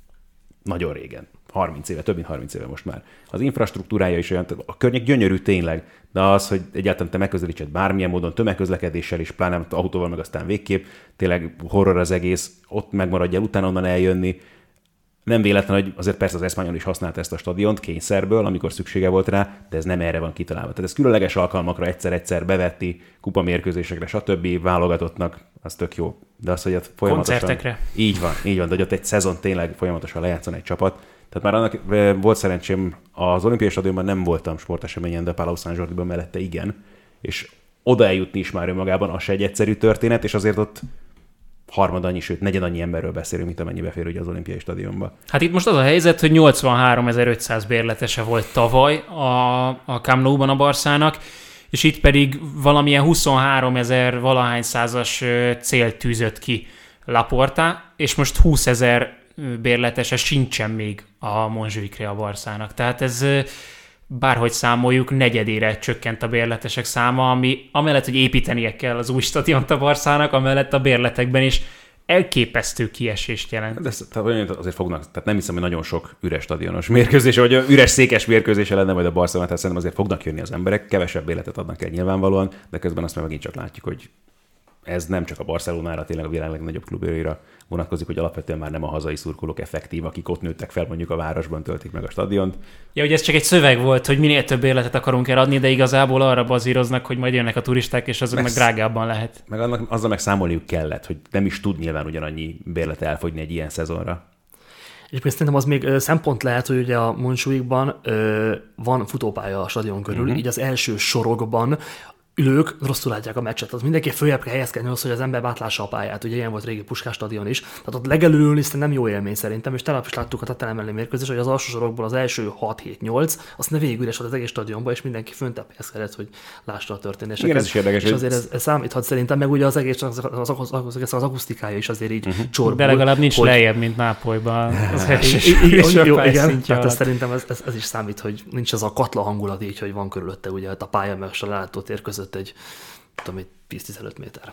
nagyon régen. harminc éve, több mint harminc éve most már. Az infrastruktúrája is olyan, a környék gyönyörű tényleg, de az, hogy egyáltalán te megközelítsed bármilyen módon, tömegközlekedéssel is, pláne autóval meg aztán végképp, tényleg horror az egész, ott megmaradjál, utána onnan eljönni. Nem véletlen, hogy azért persze az Espanyol is használta ezt a stadiont kényszerből, amikor szüksége volt rá, de ez nem erre van kitalálva. Tehát ez különleges alkalmakra egyszer-egyszer bevetti, kupamérkőzésekre, stb. Válogatottnak, az tök jó. De az, hogy ott folyamatosan... Koncertekre. Így van, így van, de hogy ott egy szezon tényleg folyamatosan lejátszon egy csapat. Tehát már annak volt szerencsém, az olimpiai stadionban nem voltam sporteseményen, de Palau Sant Jordiban mellette igen, és oda eljutni is már önmagában, az se egy egyszerű történet, és azért ott harmad annyi, sőt negyed annyi emberről beszélünk, mint amennyi befér ugye az olimpiai stadionba. Hát itt most az a helyzet, hogy nyolcvanháromezer-ötszáz bérletese volt tavaly a, a Camp Nou-ban a Barszának, és itt pedig valamilyen huszonháromezer valahány százas célt tűzött ki Laporta, és most húszezer bérletese sincsen még a Montjuïcre a Barszának. Tehát ez bárhogy számoljuk, negyedére csökkent a bérletesek száma, ami amellett, hogy építenie kell az új stadiont a Barszának, amellett a bérletekben is elképesztő kiesést jelent. De ez, tehát azért fognak, tehát nem hiszem, hogy nagyon sok üres stadionos mérkőzése, vagy üres székes mérkőzése lenne majd a Barcelona, tehát szerintem azért fognak jönni az emberek, kevesebb bérletet adnak el nyilvánvalóan, de közben azt már megint csak látjuk, hogy ez nem csak a Barcelonára, tényleg a világ legnagyobb klubjaira vonatkozik, hogy alapvetően már nem a hazai szurkolók effektív, akik ott nőttek fel mondjuk a városban, töltik meg a stadiont. Ja, hogy ez csak egy szöveg volt, hogy minél több bérletet akarunk eladni, de igazából arra bazíroznak, hogy majd jönnek a turisták, és azok meg, meg drágábban lehet. Meg annak, azzal meg számolniuk kellett, hogy nem is tud nyilván ugyanannyi bérlet elfogyni egy ilyen szezonra. És szerintem az még szempont lehet, hogy ugye a Montjuïcban van futópálya a stadion körül, uh-huh. így az első sorokban ülők rosszul látják a meccset. Az mindenki följebb kell helyezkedni ahhoz, hogy az ember átlássa a pályát. Ugye ilyen volt régi Puskás stadion is. Tehát ott legelülülni nem jó élmény szerintem, és tegnap is láttuk a Tottenham elleni mérkőzést, hogy az alsó sorokból az első hat hét nyolc, azt ne végig üres volt az egész stadionban, és mindenki föntebb helyezkedett, hogy lássa a történéseket. Igen, ez is érdekes. És azért ez, ez számíthat szerintem, meg ugye az egész az, az, az, az, az akusztikája is azért így uh-huh. csorbul. De legalább nincs hogy... lejjebb, mint Nápolyban. Az igen, tehát szerintem ez, ez, ez, is számít, hogy nincs az a katla hangulat így, hogy van körülötte ugye a pálya meg a látótér között egy, tudom, egy tíz-tizenöt méter.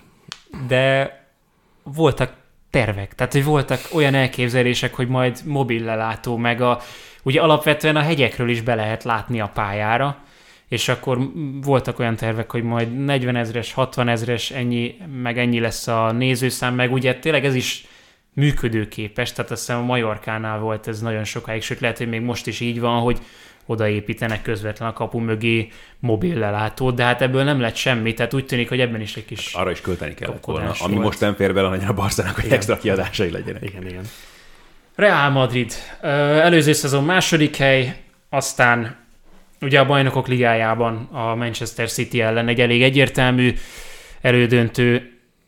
De voltak tervek, tehát hogy voltak olyan elképzelések, hogy majd mobil lelátó, meg a, ugye alapvetően a hegyekről is be lehet látni a pályára, és akkor voltak olyan tervek, hogy majd negyven ezres, hatvan ezres, ennyi, meg ennyi lesz a nézőszám, meg ugye tényleg ez is működőképes, tehát azt hiszem a Majorkánál volt ez nagyon sokáig, sőt lehet, hogy még most is így van, hogy odaépítenek közvetlen a kapu mögé mobil lelátót, de hát ebből nem lett semmi, tehát úgy tűnik, hogy ebben is egy kis arra is költeni kellett volna, ami volt. most nem fér bele annyira a Barszának, hogy igen. extra kiadásai legyenek. Igen, igen. Real Madrid. Előző szezon második hely, aztán ugye a Bajnokok Ligájában a Manchester City ellen egy elég egyértelmű elődöntő,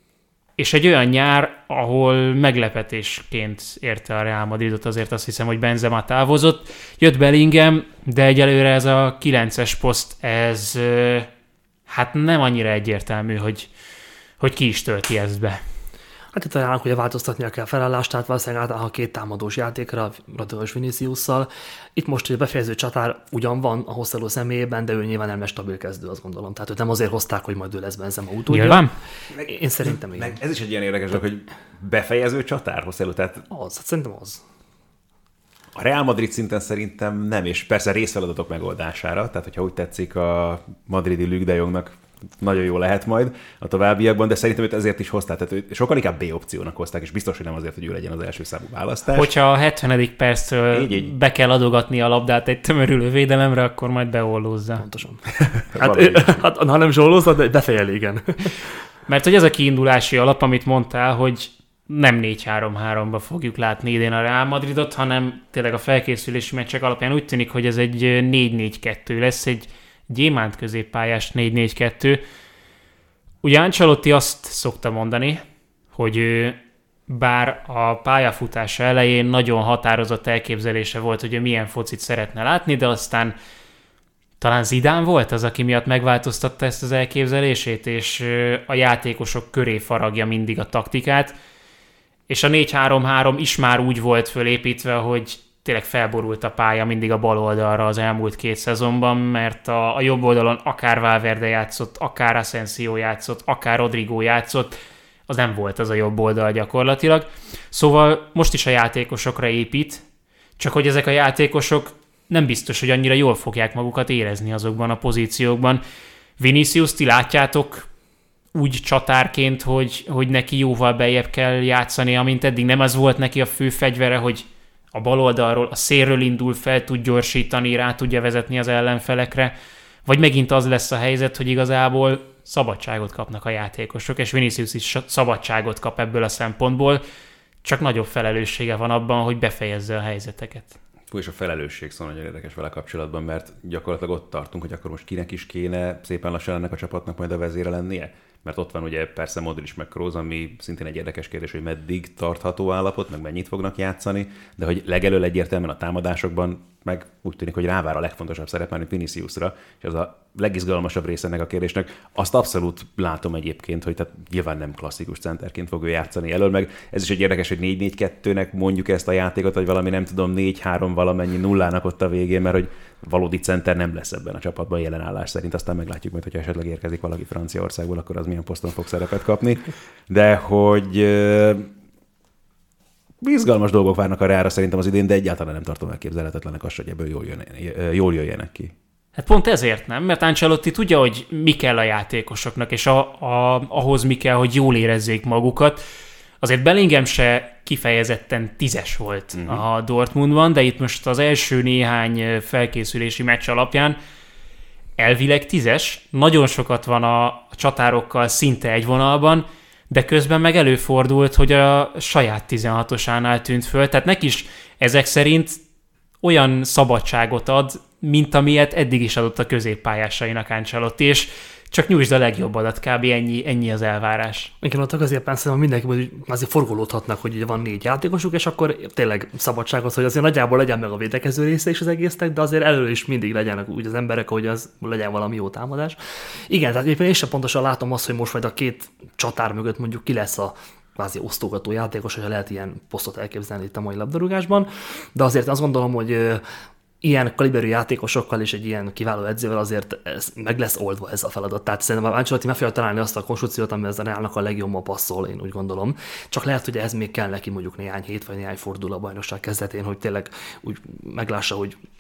és egy olyan nyár, ahol meglepetésként érte a Real Madridot, azért azt hiszem, hogy Benzema távozott. Jött Bellingham, de egyelőre ez a kilences poszt, ez hát nem annyira egyértelmű, hogy, hogy ki is tölti ezt be. Hát itt ajánlunk, hogy változtatnia kell felállást, tehát valószínűleg átáll a két támadós játékra, Rodrigo és Viniciusszal. Itt most a befejező csatár ugyan van a Hosszelló személyében, de ő nyilván nem lesz stabil kezdő, azt gondolom. Tehát őt nem azért hozták, hogy majd ő lesz Benzema utódja. Nyilván? Én szerintem igen. Meg ez is egy ilyen érdekes dolog, hogy befejező csatár Hosszelló, tehát az, hát szerintem az. A Real Madrid szinten szerintem nem, és persze részfeladatok megoldására, tehát hogyha úgy tetszik a madridi Luke de Jongnak nagyon jó lehet majd a továbbiakban, de szerintem őt ezért is hozták, tehát őt sokkal inkább B opciónak hozták, és biztos, hogy nem azért, hogy ő legyen az első számú választás. Hogyha a hetvenedik perctől így, így. be kell adogatni a labdát egy tömörülő védelemre, akkor majd beollózza. Pontosan. hát, hát, ha nem zsollózza, de befejel, igen. Mert hogy ez a kiindulási alap, amit mondtál, hogy nem négy három háromba fogjuk látni idén a Real Madridot, hanem tényleg a felkészülési meccsek alapján úgy tűnik, hogy ez egy négy négy kettő lesz, egy gyémánt középpályás négy négy kettő. Ugye Ancelotti azt szokta mondani, hogy ő, bár a pályafutása elején nagyon határozott elképzelése volt, hogy ő milyen focit szeretne látni, de aztán talán Zidane volt az, aki miatt megváltoztatta ezt az elképzelését, és a játékosok köré faragja mindig a taktikát, és a négy három három is már úgy volt fölépítve, hogy tényleg felborult a pálya mindig a bal oldalra az elmúlt két szezonban, mert a, a jobb oldalon akár Valverde játszott, akár Asensio játszott, akár Rodrigo játszott, az nem volt az a jobb oldal gyakorlatilag. Szóval most is a játékosokra épít, csak hogy ezek a játékosok nem biztos, hogy annyira jól fogják magukat érezni azokban a pozíciókban. Vinicius, ti látjátok úgy csatárként, hogy, hogy neki jóval beljebb kell játszani, amint eddig nem az volt neki a fő fegyvere, hogy a bal oldalról, a szélről indul, fel tud gyorsítani, rá tudja vezetni az ellenfelekre, vagy megint az lesz a helyzet, hogy igazából szabadságot kapnak a játékosok, és Vinicius is szabadságot kap ebből a szempontból, csak nagyobb felelőssége van abban, hogy befejezze a helyzeteket. Fú, és a felelősség szó nagyon érdekes vele kapcsolatban, mert gyakorlatilag ott tartunk, hogy akkor most kinek is kéne szépen lassan ennek a csapatnak majd a vezére lennie. Mert ott van ugye persze Modric meg Kroos, ami szintén egy érdekes kérdés, hogy meddig tartható állapot, meg mennyit fognak játszani, de hogy legelől egyértelműen a támadásokban meg úgy tűnik, hogy rávár a legfontosabb szerep, mint Viniciusra, és az a legizgalmasabb része ennek a kérdésnek. Azt abszolút látom egyébként, hogy tehát nyilván nem klasszikus centerként fog ő játszani elől, meg ez is egy érdekes, hogy négy négy kettőnek mondjuk ezt a játékot, vagy valami nem tudom, négy három valamennyi nullának ott a végén, mert hogy valódi center nem lesz ebben a csapatban jelenállás szerint, aztán meglátjuk majd, hogyha esetleg érkezik valaki Franciaországból, akkor az milyen poszton fog szerepet kapni. De hogy uh, izgalmas dolgok várnak a Reálra szerintem az idén, de egyáltalán nem tartom elképzelhetetlenek azt, hogy ebből jól, jön, jól jöjjenek ki. Hát pont ezért nem, mert Ancelotti tudja, hogy mi kell a játékosoknak, és a, a, ahhoz mi kell, hogy jól érezzék magukat. Azért Bellingham se kifejezetten tízes volt uh-huh. a Dortmundban, de itt most az első néhány felkészülési meccs alapján elvileg tízes, nagyon sokat van a csatárokkal szinte egy vonalban, de közben meg előfordult, hogy a saját tizenhatosánál tűnt föl, tehát neki is ezek szerint olyan szabadságot ad, mint amilyet eddig is adott a középpályásainak Ancelotti, és csak nyújtsd a legjobb adat, kb. ennyi, ennyi az elvárás. Igen, ott a középen szerintem mindenki azért forgolódhatnak, hogy ugye van négy játékosuk, és akkor tényleg szabadságot, hogy azért nagyjából legyen meg a védekező része is az egésznek, de azért elő is mindig legyenek úgy az emberek, hogy az legyen valami jó támadás. Igen, tehát éppen én sem pontosan látom azt, hogy most majd a két csatár mögött mondjuk ki lesz a kvázi osztogató játékos, hogyha lehet ilyen posztot elképzelni itt a mai labdarúgásban, de azért azt gondolom, hogy ilyen kaliberű játékosokkal és egy ilyen kiváló edzővel azért ez meg lesz oldva ez a feladat. Tehát szerintem Ancelotti meg fogja találni azt a konstrukciót, ami ez a Reálnak a legjobban passzol, én úgy gondolom. Csak lehet, hogy ez még kell neki mondjuk néhány hét vagy néhány forduló a bajnokság kezdetén, hogy tényleg úgy meglássa, hogy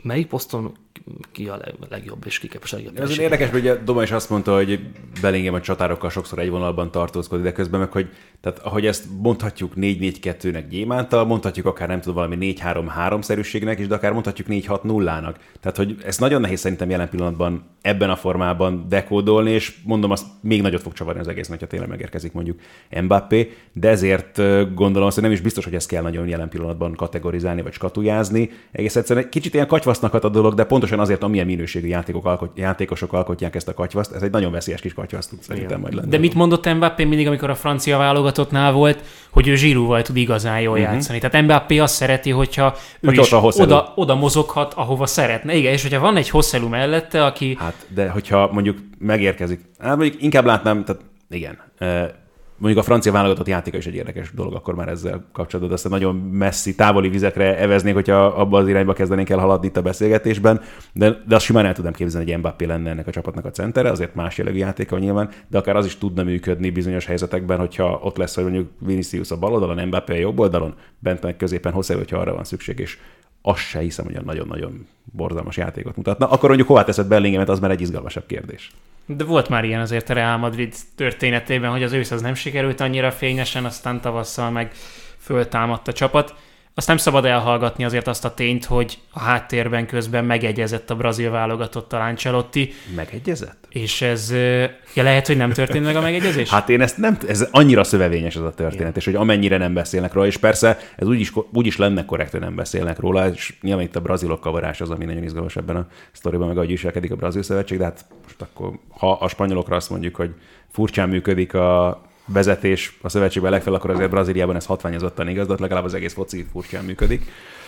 melyik poszton ki a legjobb és ki képes a legjobb. Ez érdekes, hogy a Doma is azt mondta, hogy Bellingham a csatárokkal sokszor egy vonalban tartózkodik, de közben meg, hogy tehát, ahogy ezt mondhatjuk négy négy kettőnek gyémántal, mondhatjuk akár nem tudom, valami négy három három-szerűségnek is, de akár mondhatjuk négy hat nullának. Tehát, hogy ez nagyon nehéz szerintem jelen pillanatban ebben a formában dekódolni, és mondom, azt még nagyot fog csavarni az egész, hogyha tényleg megérkezik mondjuk Mbappé, de ezért gondolom azt, hogy nem is biztos, hogy ezt kell nagyon jelen pillanatban kategorizálni vagy skatujázni. Egész egyszerűen egy kicsit ilyen katyvasznak hat a dolog, de pontosan azért, amilyen minőségű játékok alkot, játékosok alkotják ezt a katyvaszt, ez egy nagyon veszélyes kis katyvasz tud szerintem majd lenni. De mit mondott Mbappé mindig, amikor a francia válogatottnál volt, hogy ő Giroudval tud igazán jól uh-huh. játszani. Tehát Mbappé azt szereti, hogyha ő hogy is oda, oda mozoghat, ahova szeretne. Igen, és hogyha van egy Hosselu mellette, aki... Hát, de hogyha mondjuk megérkezik, hát mondjuk inkább látnám, tehát igen, mondjuk a francia válogatott játéka is egy érdekes dolog, akkor már ezzel kapcsolatban, de azt nagyon messzi, távoli vizekre eveznék, hogyha abba az irányba kezdenénk el haladni itt a beszélgetésben, de, de azt simán el tudom képzelni, hogy Mbappé lenne ennek a csapatnak a centere, azért más jellegű játéka nyilván, de akár az is tudna működni bizonyos helyzetekben, hogyha ott lesz, hogy mondjuk Vinicius a bal oldalon, Mbappé a jobb oldalon, bent meg középen Hosselu, hogyha arra van szükség, és azt se hiszem, hogy nagyon-nagyon borzalmas játékot mutatna. Akkor mondjuk hová teszed Bellinghamet, az már egy izgalmasabb kérdés. De volt már ilyen azért a Real Madrid történetében, hogy az ősz az nem sikerült annyira fényesen, aztán tavasszal meg föltámadt a csapat. Azt nem szabad elhallgatni azért azt a tényt, hogy a háttérben közben megegyezett a brazil válogatottal Ancelotti. Megegyezett? És ez, ja lehet, hogy nem történt meg a megegyezés? Hát én ezt nem, ez annyira szövevényes ez a történet, igen. És hogy amennyire nem beszélnek róla, és persze ez úgyis, úgyis lenne korrekt, hogy nem beszélnek róla, és nyilván itt a brazilok kavarás az, ami nagyon izgalmas ebben a sztoriban, meg ahogy viselkedik a brazil szövetség, de hát most akkor, ha a spanyolokra azt mondjuk, hogy furcsán működik a vezetés a szövetségben legfelel, akkor azért Brazíliában ez hatványozottan igaz, de legalább az egész foci furcsán működik.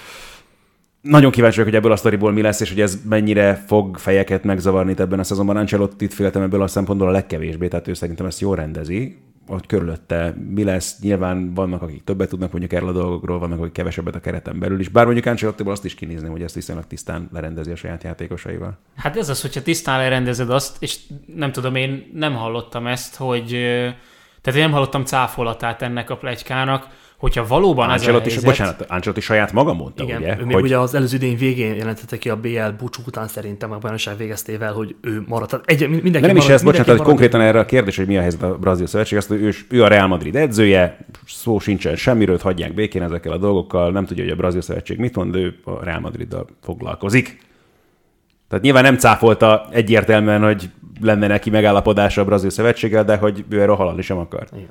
Nagyon kíváncsi vagyok, hogy ebből a sztoriból mi lesz, és hogy ez mennyire fog fejeket megzavarni itt ebben a szezonban. Ancelottit féltem ebből a szempontból a legkevésbé, tehát ő szerintem ezt jól rendezi, hogy körülötte mi lesz. Nyilván vannak, akik többet tudnak mondjuk erről a dolgokról, vannak, akik kevesebbet a kereten belül is. Bár mondjuk Ancelottiból azt is kinézném, hogy ezt viszonylag tisztán lerendezi a saját játékosaival. Hát ez az, hogyha tisztán lerendezed azt, és nem tudom, én nem hallottam ezt, hogy... Tehát én nem hallottam cáfolatát ennek a pletykának, hogyha valóban Ancelotti, ez a helyzet... Bocsánat, Ancelotti saját maga mondta, igen, ugye? Ő még hogy... ugye az előző idén végén jelentette ki a bé el búcsú után szerintem a bajnokság végeztével, hogy ő maradt. Tehát egy, mindenki De nem marad, is ez, bocsánat, hogy konkrétan marad. erre a kérdés, hogy mi a helyzet a brazil szövetség, azt, hogy ő, ő a Real Madrid edzője, szó sincsen semmiről, hagyják békén ezekkel a dolgokkal, nem tudja, hogy a brazil szövetség mit mond, de ő a Real Madriddal foglalkozik. Tehát nyilván nem cáfolta egyértelműen, hogy lenne neki megállapodása a brazil szövetséggel, de hogy ő erről haladni sem akar. Igen.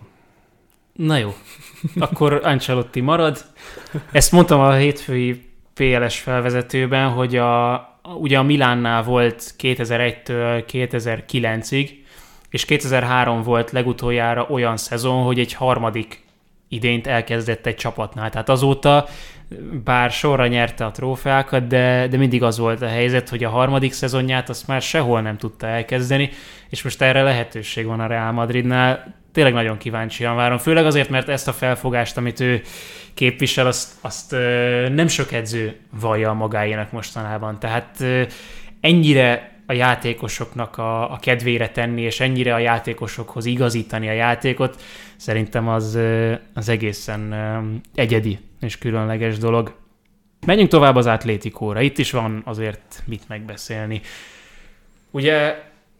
Na jó, akkor Ancelotti marad. Ezt mondtam a hétfői pé el es felvezetőben, hogy a, ugye a Milánnál volt kétezer-egytől kétezer-kilencig, és kétezer-három volt legutoljára olyan szezon, hogy egy harmadik idényt elkezdett egy csapatnál. Tehát azóta, bár sorra nyerte a trófeákat, de, de mindig az volt a helyzet, hogy a harmadik szezonját azt már sehol nem tudta elkezdeni, és most erre lehetőség van a Real Madridnál. Tényleg nagyon kíváncsian várom, főleg azért, mert ezt a felfogást, amit ő képvisel, azt, azt nem sok edző vallja magáénak mostanában. Tehát ennyire a játékosoknak a, a kedvére tenni, és ennyire a játékosokhoz igazítani a játékot, szerintem az, az egészen egyedi és különleges dolog. Menjünk tovább az Atlétikóra. Itt is van azért mit megbeszélni. Ugye,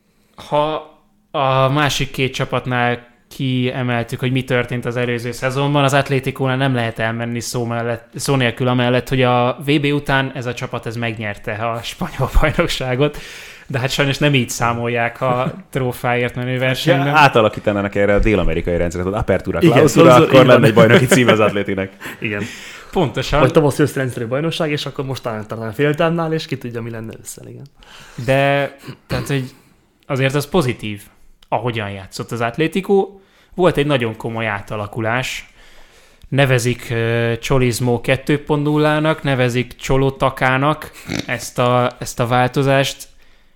ha a másik két csapatnál kiemeltük, hogy mi történt az előző szezonban, az Atlétikónál nem lehet elmenni szó, mellett, szó nélkül amellett, hogy a vé bé után ez a csapat ez megnyerte a spanyol bajnokságot, de hát sajnos nem így számolják a trófáért menő versenyben. Ja, átalakítanának erre a dél-amerikai rendszeret, az apertura, clausura, akkor lenne egy bajnoki cím az Atlétinek. Igen. Pontosan. Vagy tavaszi összrendszerű bajnokság, és akkor most talán talán féltámnál, és ki tudja, mi lenne össze, igen. De tehát, hogy azért az pozitív, ahogyan játszott az Atlético. Volt egy nagyon komoly átalakulás. Nevezik uh, Csolizmo kettő pont nullának, nevezik Csolotakának ezt a, ezt a változást,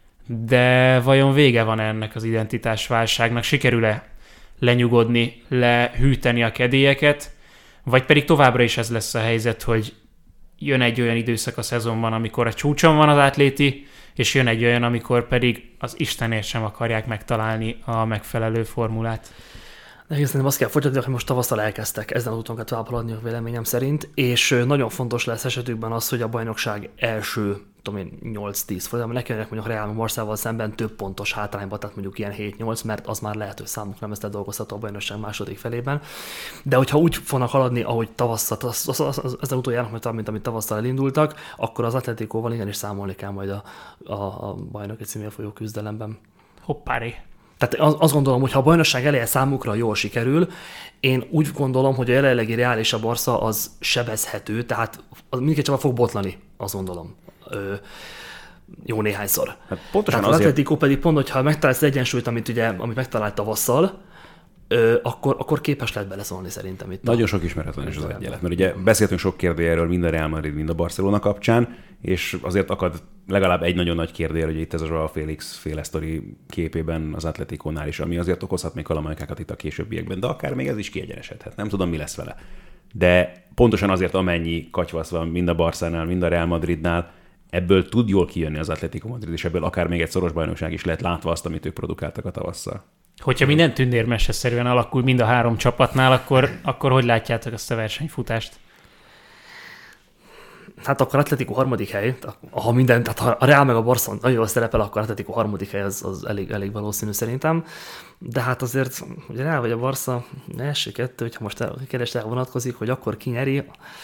de vajon vége van ennek az identitásválságnak? Sikerül-e lenyugodni, lehűteni a kedélyeket, vagy pedig továbbra is ez lesz a helyzet, hogy jön egy olyan időszak a szezonban, amikor a csúcson van az Atléti, és jön egy olyan, amikor pedig az Istenért sem akarják megtalálni a megfelelő formulát. Egészen azt kell folytatni, hogy most tavasszal elkezdtek ezen az úton kell tovább haladni a véleményem szerint, és nagyon fontos lesz esetükben az, hogy a bajnokság első, tudom én, nyolc-tíz folyamán ne kelljenek mondjuk Real Marszával szemben több pontos hátrányba, tehát mondjuk ilyen hét-nyolc, mert az már lehet, hogy számukra nem ezt ledolgozható a bajnokság második felében. De hogyha úgy fognak haladni, ahogy tavasszal, az, az, az, az, ezen utoljának, mint amit tavasszal elindultak, akkor az Atleticóval igenis számolni kell majd a, a, a bajnoki címért folyó küzdelemben. Hoppári. Tehát azt gondolom, hogy ha a bajnokság eleje számukra jól sikerül, én úgy gondolom, hogy a jelenlegi Real és a Barca az sebezhető, tehát mindkét csapat fog botlani, azt gondolom. Ö, jó néhányszor. Hát pontosan tehát azért... az Atletico pedig pont, hogyha megtalálsz az egyensúlyt, amit, ugye, amit megtalált tavasszal, Ö, akkor, akkor képes lehet beleszólni szerintem itt. Nagyon sok ismeretlen is az egyenlet, mert ugye beszéltünk sok kérdőjelről mind a Real Madrid, mind a Barcelona kapcsán, és azért akad legalább egy nagyon nagy kérdőjel, hogy itt ez a Joao Félix féle sztori képében az Atleticónál is, ami azért okozhat még kalamajkákat itt a későbbiekben, de akár még ez is kiegyenesedhet. Nem tudom, mi lesz vele. De pontosan azért, amennyi katyvasz van mind a Barcánál, mind a Real Madridnál, ebből tud jól kijönni az Atletico Madrid, és ebből akár még egy szoros bajnokság is lehet, látva azt, amit ők produkáltak a tavasszal. Hogyha minden tündérmeseszerűen alakul mind a három csapatnál, akkor, akkor hogy látjátok ezt a versenyfutást? Hát akkor Atletico harmadik hely, ha minden, tehát ha a Real meg a Barca nagyon jól szerepel, akkor Atletico harmadik hely, az, az elég, elég valószínű szerintem. De hát azért, ugye Real vagy a Barca első kettő, hogyha most a kérdésre vonatkozik, hogy akkor ki nyeri,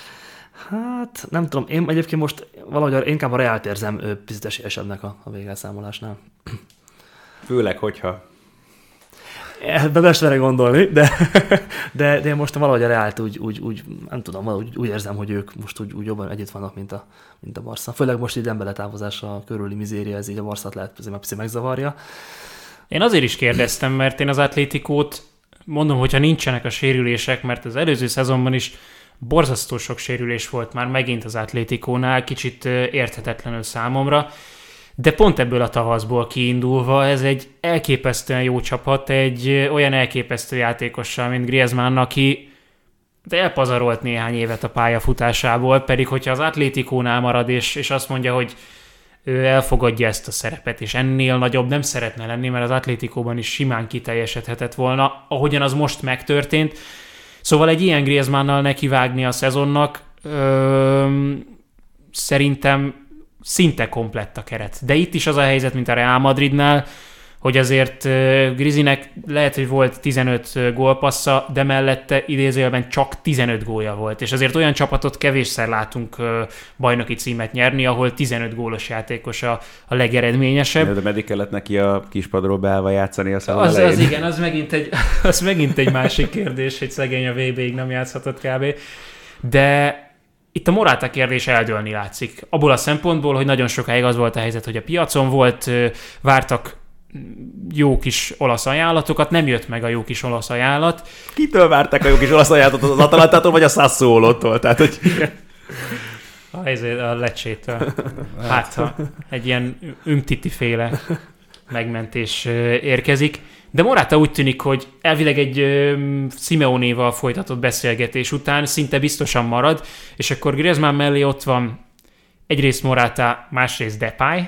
hát nem tudom, én egyébként most valahogy én inkább a Reált érzem picit esélyesebbnek a, a végelszámolásnál. Főleg, hogyha Ebben be se gondolni, de, de, de én most valahogy a Reált úgy, úgy, úgy nem tudom, úgy, úgy érzem, hogy ők most úgy, úgy jobban együtt vannak, mint a, mint a Barca. Főleg most így Dembele távozása körüli mizéria, ez így a Barcát lehet picit megzavarja. Én azért is kérdeztem, mert én az Atleticót mondom, hogyha nincsenek a sérülések, mert az előző szezonban is borzasztó sok sérülés volt már megint az Atleticónál, kicsit érthetetlenül számomra, de pont ebből a tavaszból kiindulva ez egy elképesztően jó csapat, egy olyan elképesztő játékossal, mint Griezmann, aki de elpazarolt néhány évet a pályafutásából, pedig hogyha az Atleticónál marad, és, és azt mondja, hogy ő elfogadja ezt a szerepet, és ennél nagyobb nem szeretne lenni, mert az Atleticóban is simán kiteljesedhetett volna, ahogyan az most megtörtént. Szóval egy ilyen Griezmannnal nekivágni a szezonnak ö, szerintem szinte komplett a keret. De itt is az a helyzet, mint a Real Madridnál, hogy azért uh, Grizinek lehet, hogy volt tizenöt gólpassza, de mellette idézőjelben csak tizenöt gólja volt. És azért olyan csapatot kevésszer látunk uh, bajnoki címet nyerni, ahol tizenöt gólos játékos a, a legeredményesebb. De meddig kellett neki a kispadról beállva játszani a szezon az, elején? az igen, az megint, egy, az megint egy másik kérdés, hogy szegény a vé béig nem játszhatott kb. De itt a Morata kérdés eldőlni látszik. Abból a szempontból, hogy nagyon sokáig az volt a helyzet, hogy a piacon volt, vártak jó kis olasz ajánlatokat, nem jött meg a jó kis olasz ajánlat. Kitől várták a jó kis olasz ajánlatot? Az Atalantától vagy a Sassuolótól? Tehát, hogy... A, a Lecsétől. Hát, ha egy ilyen Umtiti-féle megmentés érkezik. De Morata úgy tűnik, hogy elvileg egy uh, Simeonéval folytatott beszélgetés után szinte biztosan marad, és akkor Griezmann mellé ott van egyrészt Morata, másrészt Depay.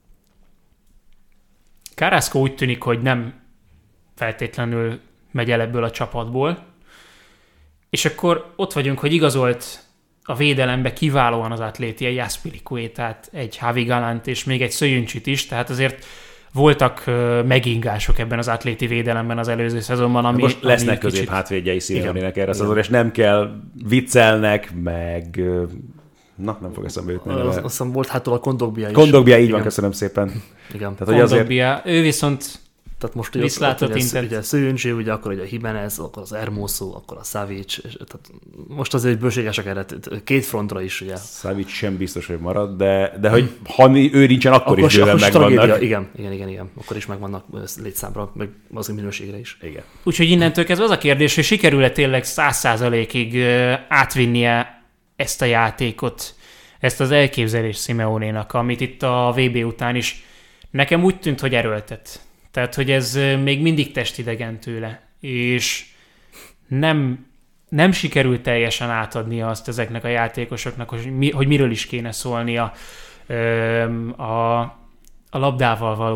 Carrasco úgy tűnik, hogy nem feltétlenül megy el ebből a csapatból. És akkor ott vagyunk, hogy igazolt a védelembe kiválóan az Atléti, egy Azpilicuétát, egy Javi Gallant és még egy Szöjüncsit is, tehát azért voltak uh, megingások ebben az Atléti védelemben az előző szezonban, ami... Most lesznek közép kicsit... hátvédjei Simeonének erre a szezonra, és nem kell viccelnek, meg... Na, nem fog eszembe jutni. Azt hiszem volt hátul a Kondogbia is. Kondogbia, így van, köszönöm szépen. Igen. Tehát, Kondogbia, azért... ő viszont tehát most viszlátott intett. Ugye Szőncsé, ugye akkor ugye a Jimenez, akkor az Hermoso, akkor a Savic, és, tehát most azért bőségesek erre, két frontra is, ugye. Savic sem biztos, hogy marad, de, de hogy ha ő nincsen, akkor, akkor is bőven megvannak. Igen, igen, igen, igen, akkor is megvannak létszámra, meg az minőségre is. Igen. Úgyhogy innentől kezdve az a kérdés, hogy sikerül-e tényleg száz százalékig átvinnie ezt a játékot, ezt az elképzelés Simeonénak, amit itt a vé bé után is nekem úgy tűnt, hogy erőltet. Tehát, hogy ez még mindig testidegen tőle, és nem, nem sikerült teljesen átadnia azt ezeknek a játékosoknak, hogy, mi, hogy miről is kéne szólnia a, a labdával való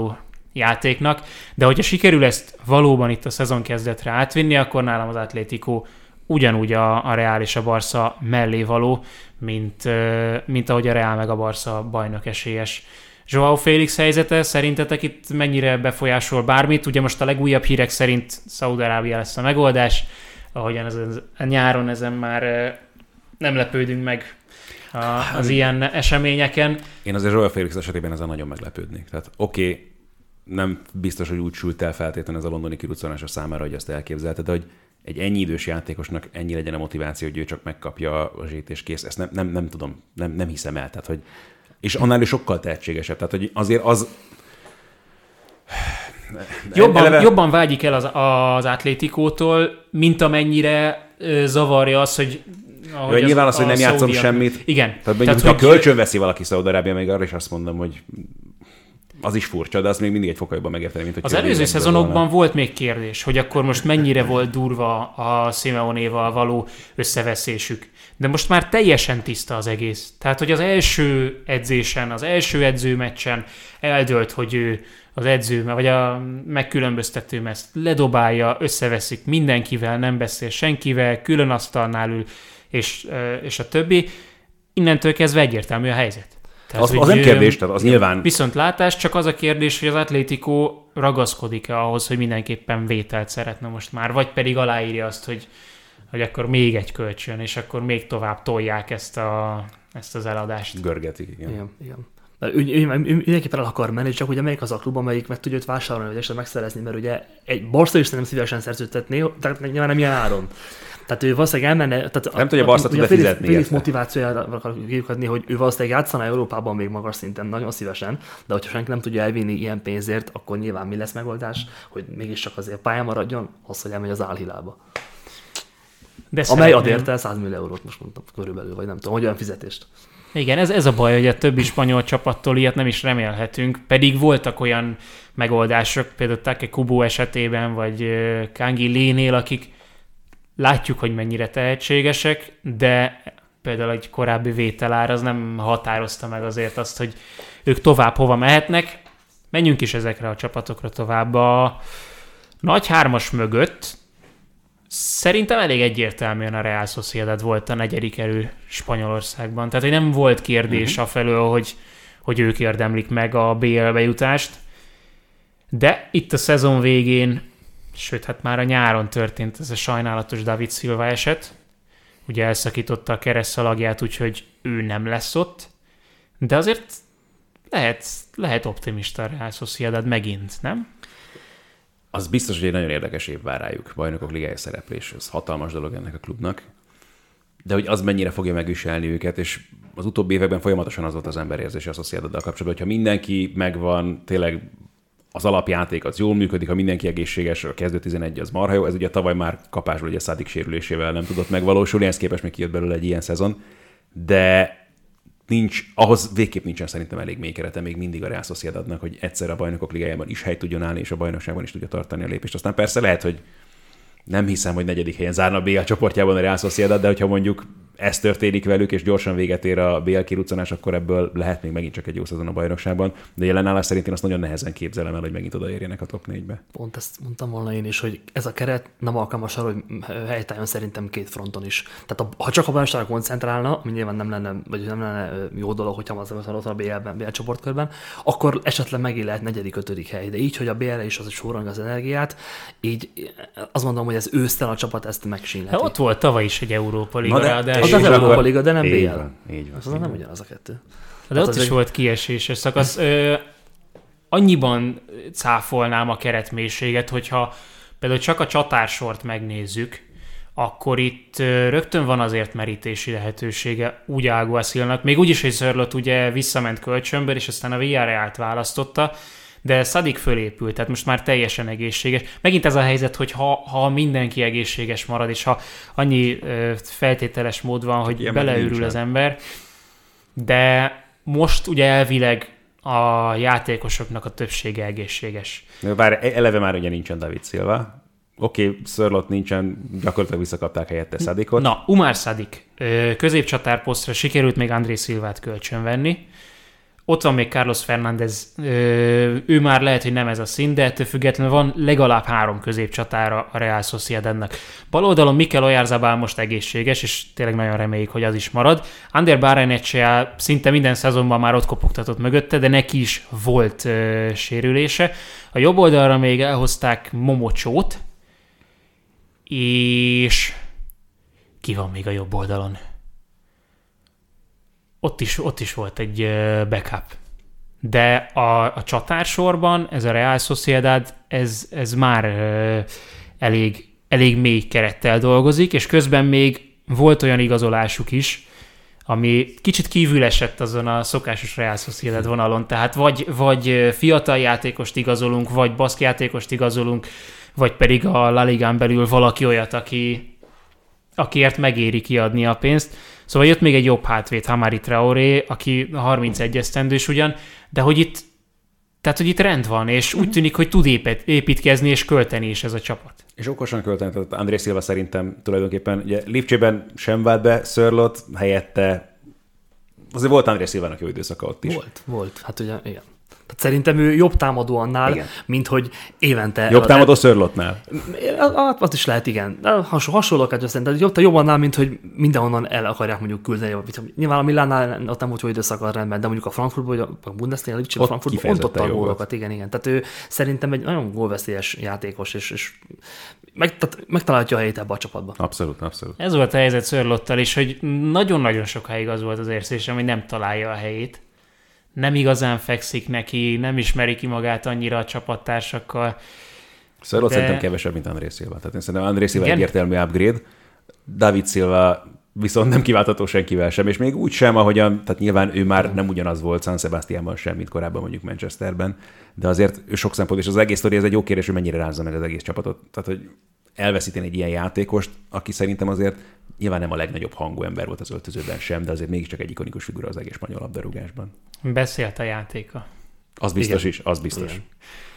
játéknak, de hogyha sikerül ezt valóban itt a szezon kezdetre átvinni, akkor nálam az Atlético ugyanúgy a, a Real és a Barca mellé való, mint, mint ahogy a Real meg a Barca bajnok esélyes. Joao Félix helyzete szerintetek itt mennyire befolyásol bármit? Ugye most a legújabb hírek szerint Szaúd-Arábia lesz a megoldás, ahogyan ezen, a nyáron ezen már nem lepődünk meg a, az ilyen eseményeken. Én azért Joao Félix esetében ezen nagyon meglepődnék. Tehát oké, okay, nem biztos, hogy úgy sült el feltétlenül ez a londoni kiruccanása számára, hogy azt elképzelte, de hogy egy ennyi idős játékosnak ennyi legyen a motiváció, hogy ő csak megkapja a zsét és kész. Ezt nem, nem, nem tudom, nem, nem hiszem el. Tehát, hogy, és annál is sokkal tehetségesebb. Tehát, hogy azért az... Jobban, eleve... jobban vágyik el az, az Atlétikótól, mint amennyire ö, zavarja az, hogy... Jó, nyilván az, hogy nem játszom semmit. Igen. Tehát mondjuk, Tehát, hogy... ha kölcsön veszi valaki Szaúd-Arábia, még arra is azt mondom, hogy az is furcsa, de az még mindig egy fokkal jobban megérteni, mint hogy... Az előző szezonokban volna. Volt még kérdés, hogy akkor most mennyire volt durva a Simeonéval való összeveszésük. De most már teljesen tiszta az egész. Tehát, hogy az első edzésen, az első edzőmeccsen eldőlt, hogy ő az edző, vagy a megkülönböztetőm ezt ledobálja, összeveszik mindenkivel, nem beszél senkivel, külön asztalnál ül, és, és a többi. Innentől kezdve egyértelmű a helyzet. Tehát, az, az nem kérdés, tehát az nyilván... Viszont látás, csak az a kérdés, hogy az Atlético ragaszkodik-e ahhoz, hogy mindenképpen vételt szeretne most már, vagy pedig aláírja azt, hogy, hogy akkor még egy kölcsön, és akkor még tovább tolják ezt, a, ezt az eladást. Görgetik, igen. Igen, igen. Ő, ő, ő, ő mindenképpen el akar menni, csak ugye melyik az a klub, amelyik meg tudja őt vásárolni, vagy esetleg megszerezni, mert ugye egy Barca is nem szívesen szerződtetné, tehát nyilván nem ilyen áron. Tehát ő valószínűleg elmenne... Tehát nem tudja Barca tudja fizetni. Félix motivációjára akarjuk adni, hogy ő valószínűleg játszaná Európában még magas szinten, nagyon szívesen, de hogyha senki nem tudja elvinni ilyen pénzért, akkor nyilván mi lesz megoldás, hogy mégiscsak azért pályán maradjon, az, hogy elmegy az Al Hilalba. De amely ad érte száz millió eurót, most mondtam körülbelül, vagy nem tudom, hogy olyan fizetést. Igen, ez, ez a baj, hogy a többi spanyol csapattól ilyet nem is remélhetünk, pedig voltak olyan megoldások, például Take Kubo esetében, vagy Kangi Lénél, akik látjuk, hogy mennyire tehetségesek, de például egy korábbi vételár az nem határozta meg azért azt, hogy ők tovább hova mehetnek. Menjünk is ezekre a csapatokra tovább. A nagy hármas mögött szerintem elég egyértelműen a Real Sociedad volt a negyedik erő Spanyolországban. Tehát, hogy nem volt kérdés uh-huh. afelől, hogy, hogy ők érdemlik meg a bé el-be jutást. De itt a szezon végén, sőt, hát már a nyáron történt ez a sajnálatos David Silva eset. Ugye elszakította a keresztszalagját, úgyhogy ő nem lesz ott. De azért lehet, lehet optimista a Real Sociedad megint, nem? Az biztos, hogy egy nagyon érdekes év vár rájuk. Bajnokok ligája szereplés, ez hatalmas dolog ennek a klubnak. De hogy az mennyire fogja megviselni őket, és az utóbbi években folyamatosan az volt az emberérzése a Sociedaddal kapcsolatban, hogyha mindenki megvan, tényleg az alapjáték az jól működik, ha mindenki egészséges, a kezdő tizenegy az marha jó, ez ugye tavaly már kapásból ugye Sadik sérülésével nem tudott megvalósulni, ehhez képest még kijött belőle egy ilyen szezon, de nincs, ahhoz végképp nincsen szerintem elég mély kerete még mindig a Real Sociedadnak, hogy egyszer a Bajnokok ligájában is helyt tudjon állni, és a bajnokságban is tudja tartani a lépést. Aztán persze lehet, hogy nem hiszem, hogy negyedik helyen zárna a bé el csoportjában a Real Sociedad, de hogyha mondjuk ez történik velük, és gyorsan véget ér a bé el kiruccanás, akkor ebből lehet még megint csak egy jó szezon a bajnokságban. De jelenállás szerint én azt nagyon nehezen képzelem el, hogy megint odaérjenek a top négybe. Pont ezt mondtam volna én is, hogy ez a keret nem alkalmas arra, hogy helytálljon szerintem két fronton is. Tehát ha csak a bajnokságra koncentrálna, ami nyilván nem lenne, vagy nem lenne jó dolog, hogyha az ott a bé el-ben, bé el csoportkörben, akkor esetleg megint lehet negyedik, ötödik hely. De így, hogy a bé el is az, hogy sorolja az energiát, így azt mondom, hogy az ősztel a csapat ezt megsínleti. Hát ott volt tavaly is egy Európa Liga, ráadásul. Az az Európa Liga, de nem bé el. Van, így van. Az nem ugyanaz a kettő. De hát ott is egy... volt kieséses szakasz. Ö, annyiban cáfolnám a keretmélységet, hogyha például csak a csatársort megnézzük, akkor itt rögtön van azért merítési lehetősége úgy Alguacilnak. Még úgyis, hogy Sörlot ugye visszament kölcsönből, és aztán a Villarrealt választotta, de Sadik fölépült, tehát most már teljesen egészséges. Megint ez a helyzet, hogy ha, ha mindenki egészséges marad, és ha annyi ö, feltételes mód van, hogy ilyen beleőrül az ember, de most ugye elvileg a játékosoknak a többsége egészséges. Bár eleve már ugye nincsen David Silva. Oké, okay, Sörlot nincsen, gyakorlatilag visszakapták helyette Sadikot. Na, Umar Sadik középcsatárposztra sikerült még André Silvát kölcsönvenni. Ott van még Carlos Fernández, ő már lehet, hogy nem ez a szín, de ettől függetlenül van legalább három középcsatára a Real Sociedadnak. Bal oldalon Mikel Oyarzabal most egészséges, és tényleg nagyon reméljük, hogy az is marad. Ander Barrenetxea szinte minden szezonban már ott kopogtatott mögötte, de neki is volt ö, sérülése. A jobb oldalra még elhozták Momocsót, és ki van még a jobb oldalon? Ott is, ott is volt egy backup. De a, a csatársorban ez a Real Sociedad, ez, ez már elég, elég mély kerettel dolgozik, és közben még volt olyan igazolásuk is, ami kicsit kívül esett azon a szokásos Real Sociedad vonalon. Tehát vagy, vagy fiatal játékost igazolunk, vagy baszk játékost igazolunk, vagy pedig a La Ligán belül valaki olyat, aki, akiért megéri kiadni a pénzt. Szóval jött még egy jobb hátvéd, Hamari Traoré, aki harmincegy esztendős ugyan, de hogy itt, tehát, hogy itt rend van, és úgy tűnik, hogy tud épít, építkezni és költeni is ez a csapat. És okosan költeni, tehát André Silva szerintem tulajdonképpen, ugye Lipcsében sem vált be Sörlot, helyette azért volt André Silvának jó időszaka ott is. Volt, volt, hát ugye, igen. Tehát szerintem ő jobb támadó annál, igen, mint hogy évente... Jobb támadó Sörlotnál? Azt is lehet, igen. Has, hasonlókat szerintem, jobb, jobb annál, mint hogy mindenhonnan el akarják mondjuk küldeni. Nyilván a Milánnál ott nem volt jó időszaka rendben, de mondjuk a Frankfurtban, a Bundesliga, a Frankfurtban ontotta a gólokat. Igen, igen. Tehát ő szerintem egy nagyon gólveszélyes játékos, és, és meg, tehát megtalálja a helyét ebbe a csapatban. Abszolút, abszolút. Ez volt a helyzet Sörlottal is, hogy nagyon-nagyon sokáig az volt az érzésem, hogy nem találja a helyét. Nem igazán fekszik neki, nem ismeri ki magát annyira a csapattársakkal. Sörlot de... szerintem kevesebb, mint André Silva. Tehát én szerintem André Silva egyértelmű upgrade. David Silva viszont nem kiváltható senkivel sem, és még úgy sem, ahogyan, tehát nyilván ő már nem ugyanaz volt San Sebastiánban sem, mint korábban mondjuk Manchesterben, de azért ő sok szempont, és az egész sztori, ez egy jó kérdés, hogy mennyire rázza meg az egész csapatot. Tehát, hogy elveszíteni egy ilyen játékost, aki szerintem azért nyilván nem a legnagyobb hangú ember volt az öltözőben sem, de azért mégiscsak egy ikonikus figura az egész spanyol labdarúgásban. Beszélt a játéka. Az biztos igen, is, az biztos. Igen.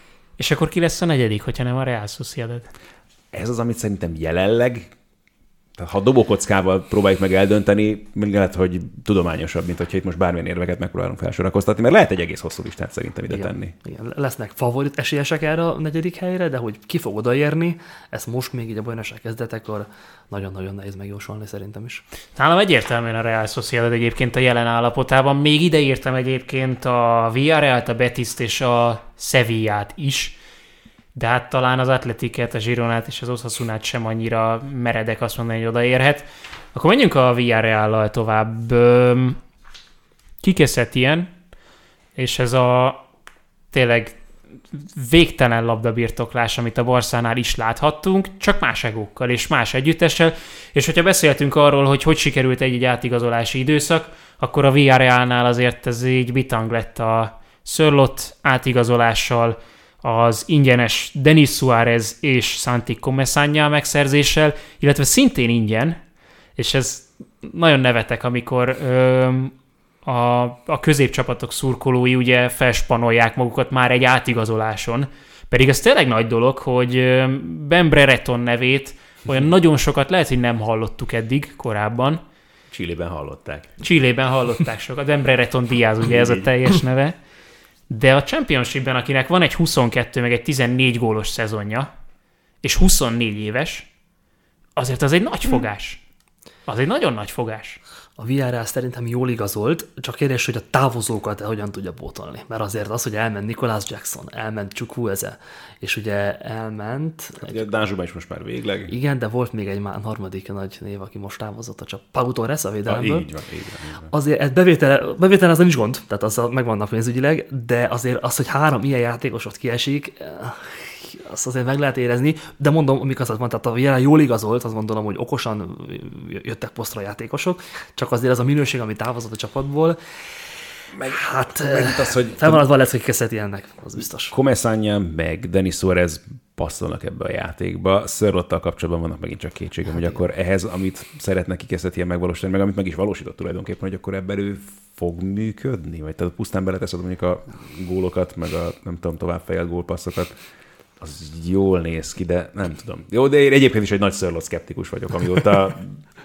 És akkor ki lesz a negyedik, hogyha nem a Real Sociedad? Ez az, amit szerintem jelenleg, tehát ha dobókockával próbáljuk meg eldönteni, még lehet, hogy tudományosabb, mint hogyha itt most bármilyen érveket megpróbálunk felsorakoztatni, mert lehet egy egész hosszú listát szerintem ide igen, tenni. Igen. Lesznek favorit esélyesek erre a negyedik helyre, de hogy ki fog odaérni, ezt most még így a bajnokság kezdetekor nagyon-nagyon nehéz megjósolni szerintem is. Nálam egyértelműen a Real Sociedad egyébként a jelen állapotában. Még ide írtam egyébként a Villarrealt, a Betist és a Sevillát is, de hát talán az Atletiket, a Gironát és az Osasunát sem annyira meredek azt mondani, hogy odaérhet. Akkor menjünk a Villarreallal tovább. Kikeszett ilyen, és ez a tényleg végtelen labdabirtoklás, amit a Barszánál is láthattunk, csak más egókkal és más együttessel, és hogyha beszéltünk arról, hogy hogy sikerült egy-egy átigazolási időszak, akkor a Villarrealnál azért ez így bitang lett a Sörlot átigazolással, az ingyenes Denis Suárez és Santi Comesaña megszerzéssel, illetve szintén ingyen, és ez nagyon nevetek, amikor ö, a, a középcsapatok szurkolói ugye felspanolják magukat már egy átigazoláson, pedig ez tényleg nagy dolog, hogy Ben Brereton nevét olyan nagyon sokat lehet, hogy nem hallottuk eddig korábban. Chilében hallották. Chilében hallották sokat, Ben Brereton Diaz ugye ez a teljes neve. De a Championshipben, akinek van egy huszonkettő meg egy tizennégy gólos szezonja, és huszonnégy éves, azért az egy nagy fogás. Az egy nagyon nagy fogás. A Villarreal szerintem jól igazolt, csak kérdés, hogy a távozókat hogyan tudja pótolni. Mert azért az, hogy elment Nicolas Jackson, elment Chukwueze, és ugye elment... Ugye Dánzsóban is most már végleg. Igen, de volt még egy harmadik nagy név, aki most távozott a csak Pau Torres a védelemből. Ah, így van, így van, így van. Azért ez bevétele, bevétele az nincs gond, tehát az megvannak pénzügyileg, de azért az, hogy három ilyen játékosot kiesik, azt azért meg lehet érezni, de mondom, amikor azt mondta, tehát a Villarreal jól igazolt, azt gondolom, hogy okosan jöttek posztra játékosok, csak azért az a minőség, ami távozott a csapatból, meg hát az, hogy felmaradva lesz, hogy kezdhet ilyennek, az biztos. Comesaña meg Denis Suárez passzolnak ebbe a játékba. Sörlottal kapcsolatban vannak megint csak kétségem, hát hogy igen. Akkor ehhez, amit szeretne kikezdhet ilyen megvalósítani, meg amit meg is valósított tulajdonképpen, hogy akkor ebben ő fog működni? Vagy tehát pusztán beleteszed mondjuk a gólokat, meg a nem tudom, tovább fejelt gólpasszokat, az jól néz ki, de nem tudom. Jó, de én egyébként is egy nagy Sörlot szkeptikus vagyok, amióta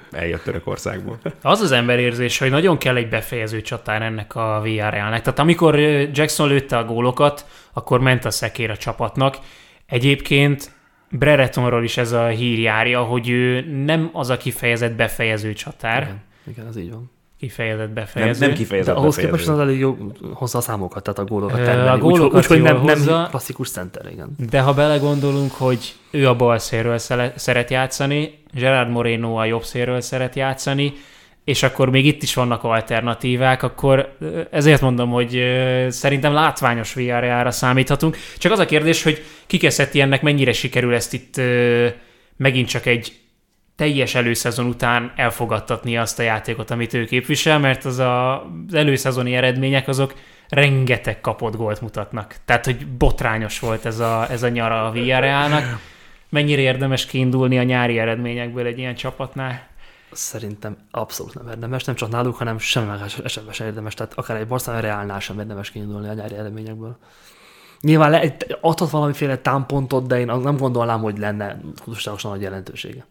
eljött Törökországból. Az az emberérzés, hogy nagyon kell egy befejező csatár ennek a vé er el-nek. Tehát amikor Jackson lőtte a gólokat, akkor ment a szekér a csapatnak. Egyébként Breretonról is ez a hír járja, hogy ő nem az a kifejezett befejező csatár. Igen, igen, az így van. Kifejezett befejező. Nem, nem kifejezett De ahhoz befejező. képest az elég jó hozza a számokat, tehát a gólokat Ö, termelni. a gólokat Úgyhogy úgy, nem, jól hozza. nem klasszikus center, igen. De ha belegondolunk, hogy ő a bal szélről szele- szeret játszani, Gerard Moreno a jobb szélről szeret játszani, és akkor még itt is vannak alternatívák, akkor ezért mondom, hogy szerintem látványos vé er el-re számíthatunk. Csak az a kérdés, hogy Kikeszeti ennek mennyire sikerül ezt itt megint csak egy teljes előszezon után elfogadtatni azt a játékot, amit ő képvisel, mert az, a, az előszezoni eredmények azok rengeteg kapott gólt mutatnak. Tehát, hogy botrányos volt ez a, ez a nyara a vé er el-nak. Mennyire érdemes kiindulni a nyári eredményekből egy ilyen csapatnál? Szerintem abszolút nem érdemes, nem csak náluk, hanem semmi más esetben sem érdemes. Tehát akár egy Barcelona Reálnál sem érdemes kiindulni a nyári eredményekből. Nyilván le, adhat valamiféle támpontot, de én nem gondolnám, hogy lenne túlságosan nagy jelentősége.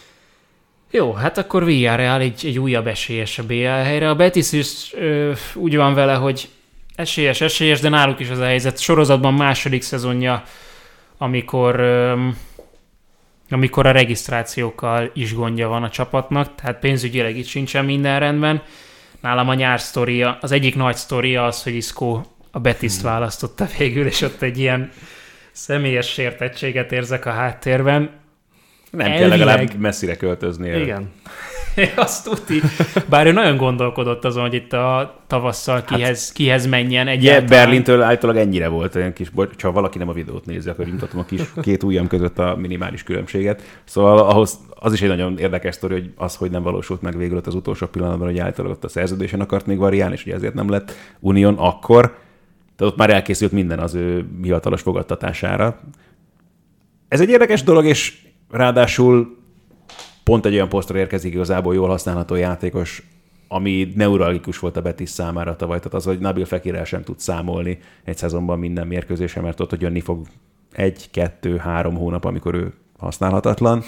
Jó, hát akkor vé er el egy, egy újabb esélyes a bé el helyre. A Betis is ö, úgy van vele, hogy esélyes, esélyes, de náluk is az a helyzet. Sorozatban második szezonja, amikor, ö, amikor a regisztrációkkal is gondja van a csapatnak, tehát pénzügyileg itt sincsen minden rendben. Nálam a nyár sztoria, az egyik nagy sztoria az, hogy Isco a Betiszt választotta végül, és ott egy ilyen személyes sértettséget érzek a háttérben. Nem Elvileg. kell legalább messzire költöznél. Igen. Azt tudti. Bár ő nagyon gondolkodott azon, hogy itt a tavasszal kihez, hát, kihez menjen egyáltalán. Ugye Berlintől állítólag ennyire volt, olyan kis, ha valaki nem a videót nézi, akkor mutatom a kis két ujjam között a minimális különbséget. Szóval ahhoz az is egy nagyon érdekes sztori, hogy az, hogy nem valósult meg végül az utolsó pillanatban, hogy állítólag ott a szerződésen akart még variálni, és ugye ezért nem lett Unión akkor. Tehát ott már elkészült minden az ő hivatalos fogadtatására. Ez egy érdekes dolog, és ráadásul pont egy olyan posztra érkezik igazából jól használható játékos, ami neuralgikus volt a Betis számára tavaly. Tehát az, hogy Nabil Fekirrel sem tud számolni egy szezonban minden mérkőzésen, mert ott, hogy jönni fog egy, kettő, három hónap, amikor ő használhatatlan.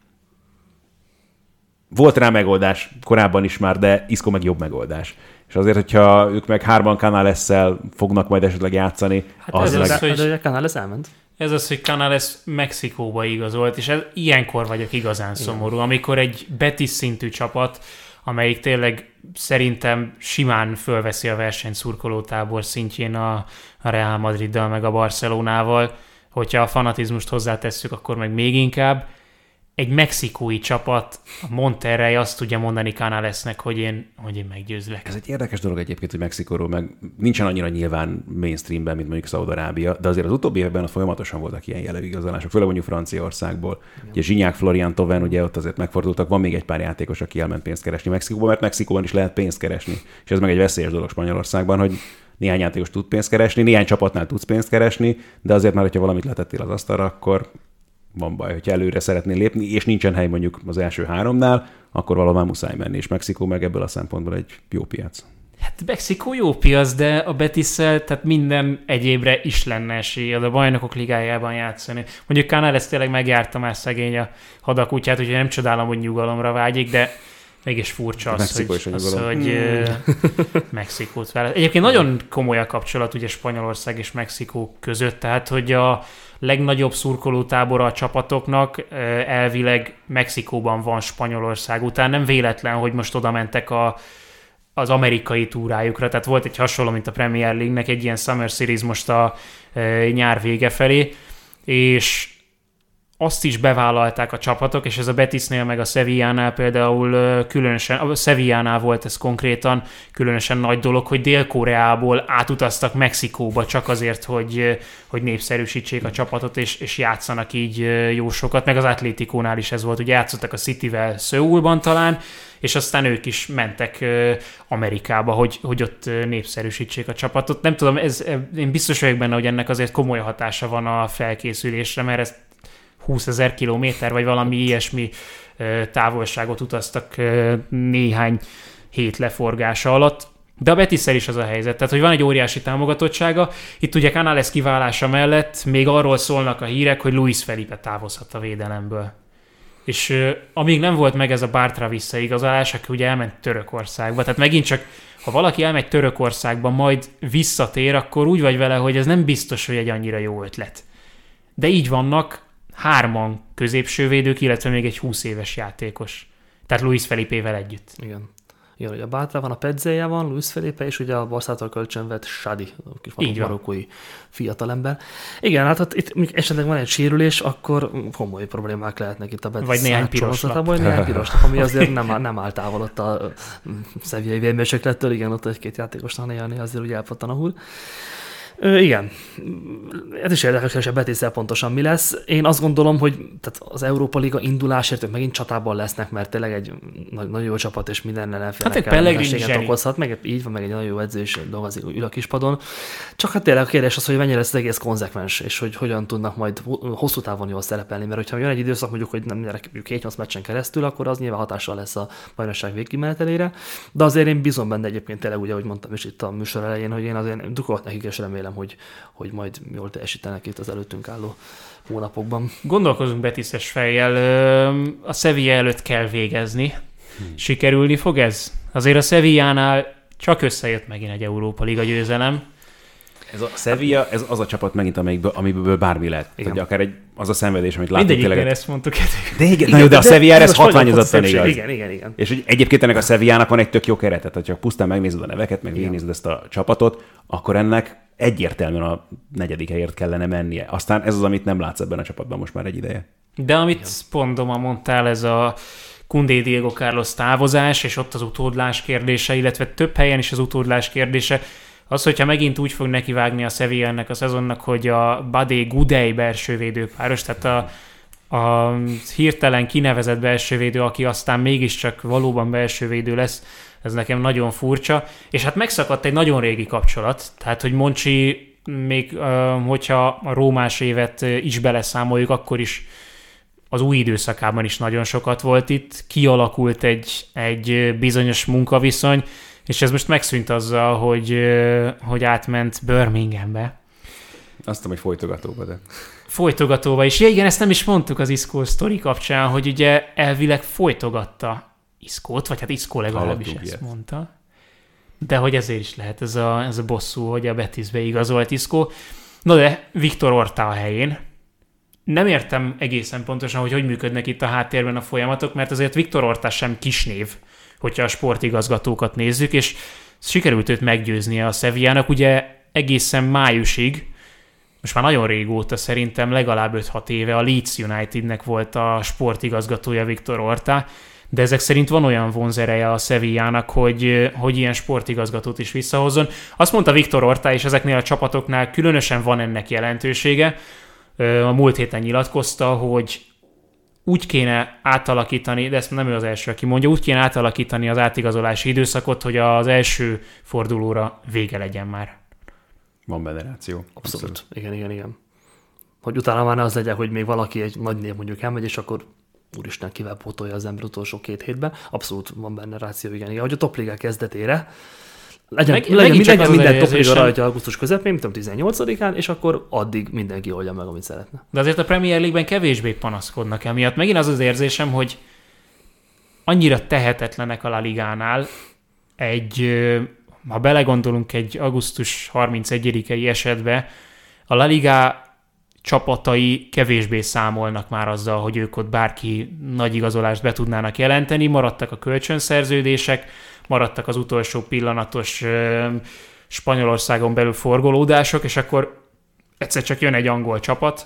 Volt rá megoldás korábban is már, de Isco meg jobb megoldás. És azért, hogyha ők meg hárman Canales-szel fognak majd esetleg játszani, hát az ez leg... az, hogy... De ugye Canales elment. Ez az, hogy Canales Mexikóba igazolt, és ez, ilyenkor vagyok igazán szomorú, amikor egy Betis szintű csapat, amelyik tényleg szerintem simán fölveszi a versenyt szurkolótábor szintjén a, a Real Madriddal meg a Barcelonával, hogyha a fanatizmust hozzátesszük, akkor meg még inkább. Egy mexikói csapat, a Monterrey azt tudja mondani Canalesnek, hogy én, hogy én meggyőzlek. Ez egy érdekes dolog egyébként, hogy Mexikóról meg nincsen annyira nyilván mainstreamben, mint mondjuk Szaúd-Arábia, de azért az utóbbi években folyamatosan voltak ilyen jellegű igazolások, főleg mondjuk Franciaországból. Igen. Ugye Zsinyák, Florian Thauvin, ugye ott azért megfordultak, van még egy pár játékos, aki elment pénzt keresni Mexikóba, mert Mexikóban is lehet pénzt keresni. És ez meg egy veszélyes dolog Spanyolországban, hogy néhány játékos tud pénzt keresni, néhány csapatnál tudsz pénzt keresni, de azért már, hogyha valamit letettél az asztalra, akkor van baj, hogyha előre szeretnél lépni, és nincsen hely mondjuk az első háromnál, akkor valahol muszáj menni, és Mexikó meg ebből a szempontból egy jó piac. Hát Mexikó jó piac, de a Betisszel, tehát minden egyébre is lenne esélye a bajnokok ligájában játszani. Mondjuk Canales tényleg megjárta már szegény a hadakutyát, úgyhogy nem csodálom, hogy nyugalomra vágyik, de mégis furcsa az, Mexikó hogy, az, hogy hmm. Mexikót választ. Egyébként nagyon komoly a kapcsolat ugye Spanyolország és Mexikó között, tehát hogy a legnagyobb szurkolótábora a csapatoknak elvileg Mexikóban van Spanyolország után. Nem véletlen, hogy most oda mentek a, az amerikai túrájukra, tehát volt egy hasonló, mint a Premier League-nek, egy ilyen Summer Series most a nyár vége felé, és azt is bevállalták a csapatok, és ez a Betisnél meg a Sevillánál például különösen, a Sevillánál volt ez konkrétan különösen nagy dolog, hogy Dél-Koreából átutaztak Mexikóba csak azért, hogy, hogy népszerűsítsék a csapatot, és, és játszanak így jó sokat, meg az Atlétikónál is ez volt, hogy játszottak a Cityvel Szöulban talán, és aztán ők is mentek Amerikába, hogy, hogy ott népszerűsítsék a csapatot. Nem tudom, ez, én biztos vagyok benne, hogy ennek azért komoly hatása van a felkészülésre, mert ez húszezer kilométer, vagy valami ilyesmi távolságot utaztak néhány hét leforgása alatt. De a Betisszel is az a helyzet, tehát hogy van egy óriási támogatottsága. Itt ugye Canales kiválása mellett még arról szólnak a hírek, hogy Luis Felipe távozhat a védelemből. És uh, amíg nem volt meg ez a Bartra visszaigazolás, aki ugye elment Törökországba, tehát megint csak, ha valaki elmegy Törökországba, majd visszatér, akkor úgy vagy vele, hogy ez nem biztos, hogy egy annyira jó ötlet. De így vannak hárman középsővédők, illetve még egy húsz éves játékos. Tehát Luis Felipével együtt. Igen. Igen, ugye a Bartra van, a Pedzeje van, Luis Felipe, és ugye a Barszától kölcsönvett Shadi, a kis marokkói fiatalember. Igen, hát ott itt esetleg van egy sérülés, akkor komoly problémák lehetnek itt a Betis. Vagy néhány piros lap. Vagy néhány piros lap, ami azért nem, nem áll távol ott a szeviai vérmérséklettől. Igen, ott egy-két játékosnak néha azért ugye elpattan a hull. Ö, igen, ez is érdekes, hogy a Betisszel pontosan mi lesz. Én azt gondolom, hogy tehát az Európa Liga indulásért ők megint csatában lesznek, mert tényleg egy nagy, nagyon jó csapat, és mindennel elférnek hát el, ellenséget okozhat, meg így van, meg egy nagyon jó edző, és dolgozik, ül a kispadon. Csak hát tényleg a kérdés az, hogy mennyire lesz az egész konzekvens, és hogy hogyan tudnak majd hosszú távon jól szerepelni, mert hogyha jön egy időszak, mondjuk, hogy nem nyerekjük hét-nyolc meccsen keresztül, akkor az nyilván hatással lesz a bajnokság végkimenetelére. De azért én bízom benne egyébként tényleg, ugye, ahogy mondtam is itt a műsor elején, hogy én azért drukkolok nekik, és remélem, hogy, hogy majd jól teljesítenek itt az előttünk álló hónapokban. Gondolkozunk Betises fejjel, a Sevilla előtt kell végezni. Hmm. Sikerülni fog ez? Azért a Sevillánál csak összejött megint egy Európa Liga győzelem. Ez a Sevilla, ez az a csapat megint, amiből, amiből bármi lehet. Tehát akár egy, az a szenvedés, amit látunk tényleg. Mindegyikben ezt mondtuk. De igen, igen, de, de a Sevillára ez hatványozottan igaz. Igen, igen, igen. És hogy egyébként ennek a Sevillának van egy tök jó keretet. Ha csak pusztán megnézed a neveket, meg végignézed ezt a csapatot, akkor ennek egyértelműen a negyedik helyért kellene mennie. Aztán ez az, amit nem látsz ebben a csapatban most már egy ideje. De amit igen. pont Doma mondtál, ez a Koundé Diego Carlos távozás, és ott az utódlás kérdése, illetve több helyen is az utódlás kérdése. Az, hogyha megint úgy fog nekivágni a Sevilla ennek a szezonnak, hogy a Badé Gudej belsővédő páros, tehát a, a hirtelen kinevezett belsővédő, aki aztán mégiscsak valóban belsővédő lesz, ez nekem nagyon furcsa. És hát megszakadt egy nagyon régi kapcsolat, tehát hogy Monchi még, hogyha a rómás évet is beleszámoljuk, akkor is az új időszakában is nagyon sokat volt itt, kialakult egy, egy bizonyos munkaviszony, és ez most megszűnt azzal, hogy, hogy átment Birminghambe. Azt hogy folytogatóba, de... Folytogatóba is. Ja, igen, ezt nem is mondtuk az Isco sztori kapcsán, hogy ugye elvileg folytogatta Iscót, vagy hát Isco legalábbis Hallottuk ezt ilyet. mondta. De hogy ezért is lehet ez a, ez a bosszú, hogy a Betisbe igazolt Isco. No de Viktor Orta a helyén. Nem értem egészen pontosan, hogy hogy működnek itt a háttérben a folyamatok, mert azért Viktor Orta sem kisnév, hogyha a sportigazgatókat nézzük, és sikerült őt meggyőznie a Sevillának, ugye egészen májusig, most már nagyon régóta szerintem, legalább öt-hat éve a Leeds Unitednek volt a sportigazgatója Viktor Orta, de ezek szerint van olyan vonzereje a Sevillának, hogy, hogy ilyen sportigazgatót is visszahozzon. Azt mondta Viktor Orta, és ezeknél a csapatoknál különösen van ennek jelentősége, a múlt héten nyilatkozta, hogy úgy kéne átalakítani, de ezt nem ő az első, aki mondja, úgy kéne átalakítani az átigazolási időszakot, hogy az első fordulóra vége legyen már. Van benne ráció. Abszolút. Abszolút. Igen, igen, igen. Hogy utána már ne az legyen, hogy még valaki egy nagy név mondjuk elmegy, és akkor úristen, kivel pótolja az ember utolsó két hétben. Abszolút van benne ráció, igen, igen. Hogy a Topliga kezdetére legyen, meg, legyen, legyen, legyen minden Topliga rajta augusztus közepén, mint tudom, tizennyolcadikán, és akkor addig mindenki oldja meg, amit szeretne. De azért a Premier League-ben kevésbé panaszkodnak emiatt. Megint az az érzésem, hogy annyira tehetetlenek a La Ligánál egy, ha belegondolunk egy augusztus harmincegyedikei esetbe, a La Liga csapatai kevésbé számolnak már azzal, hogy ők ott bárki nagy igazolást be tudnának jelenteni, maradtak a kölcsönszerződések, maradtak az utolsó pillanatos Spanyolországon belül forgolódások, és akkor egyszer csak jön egy angol csapat,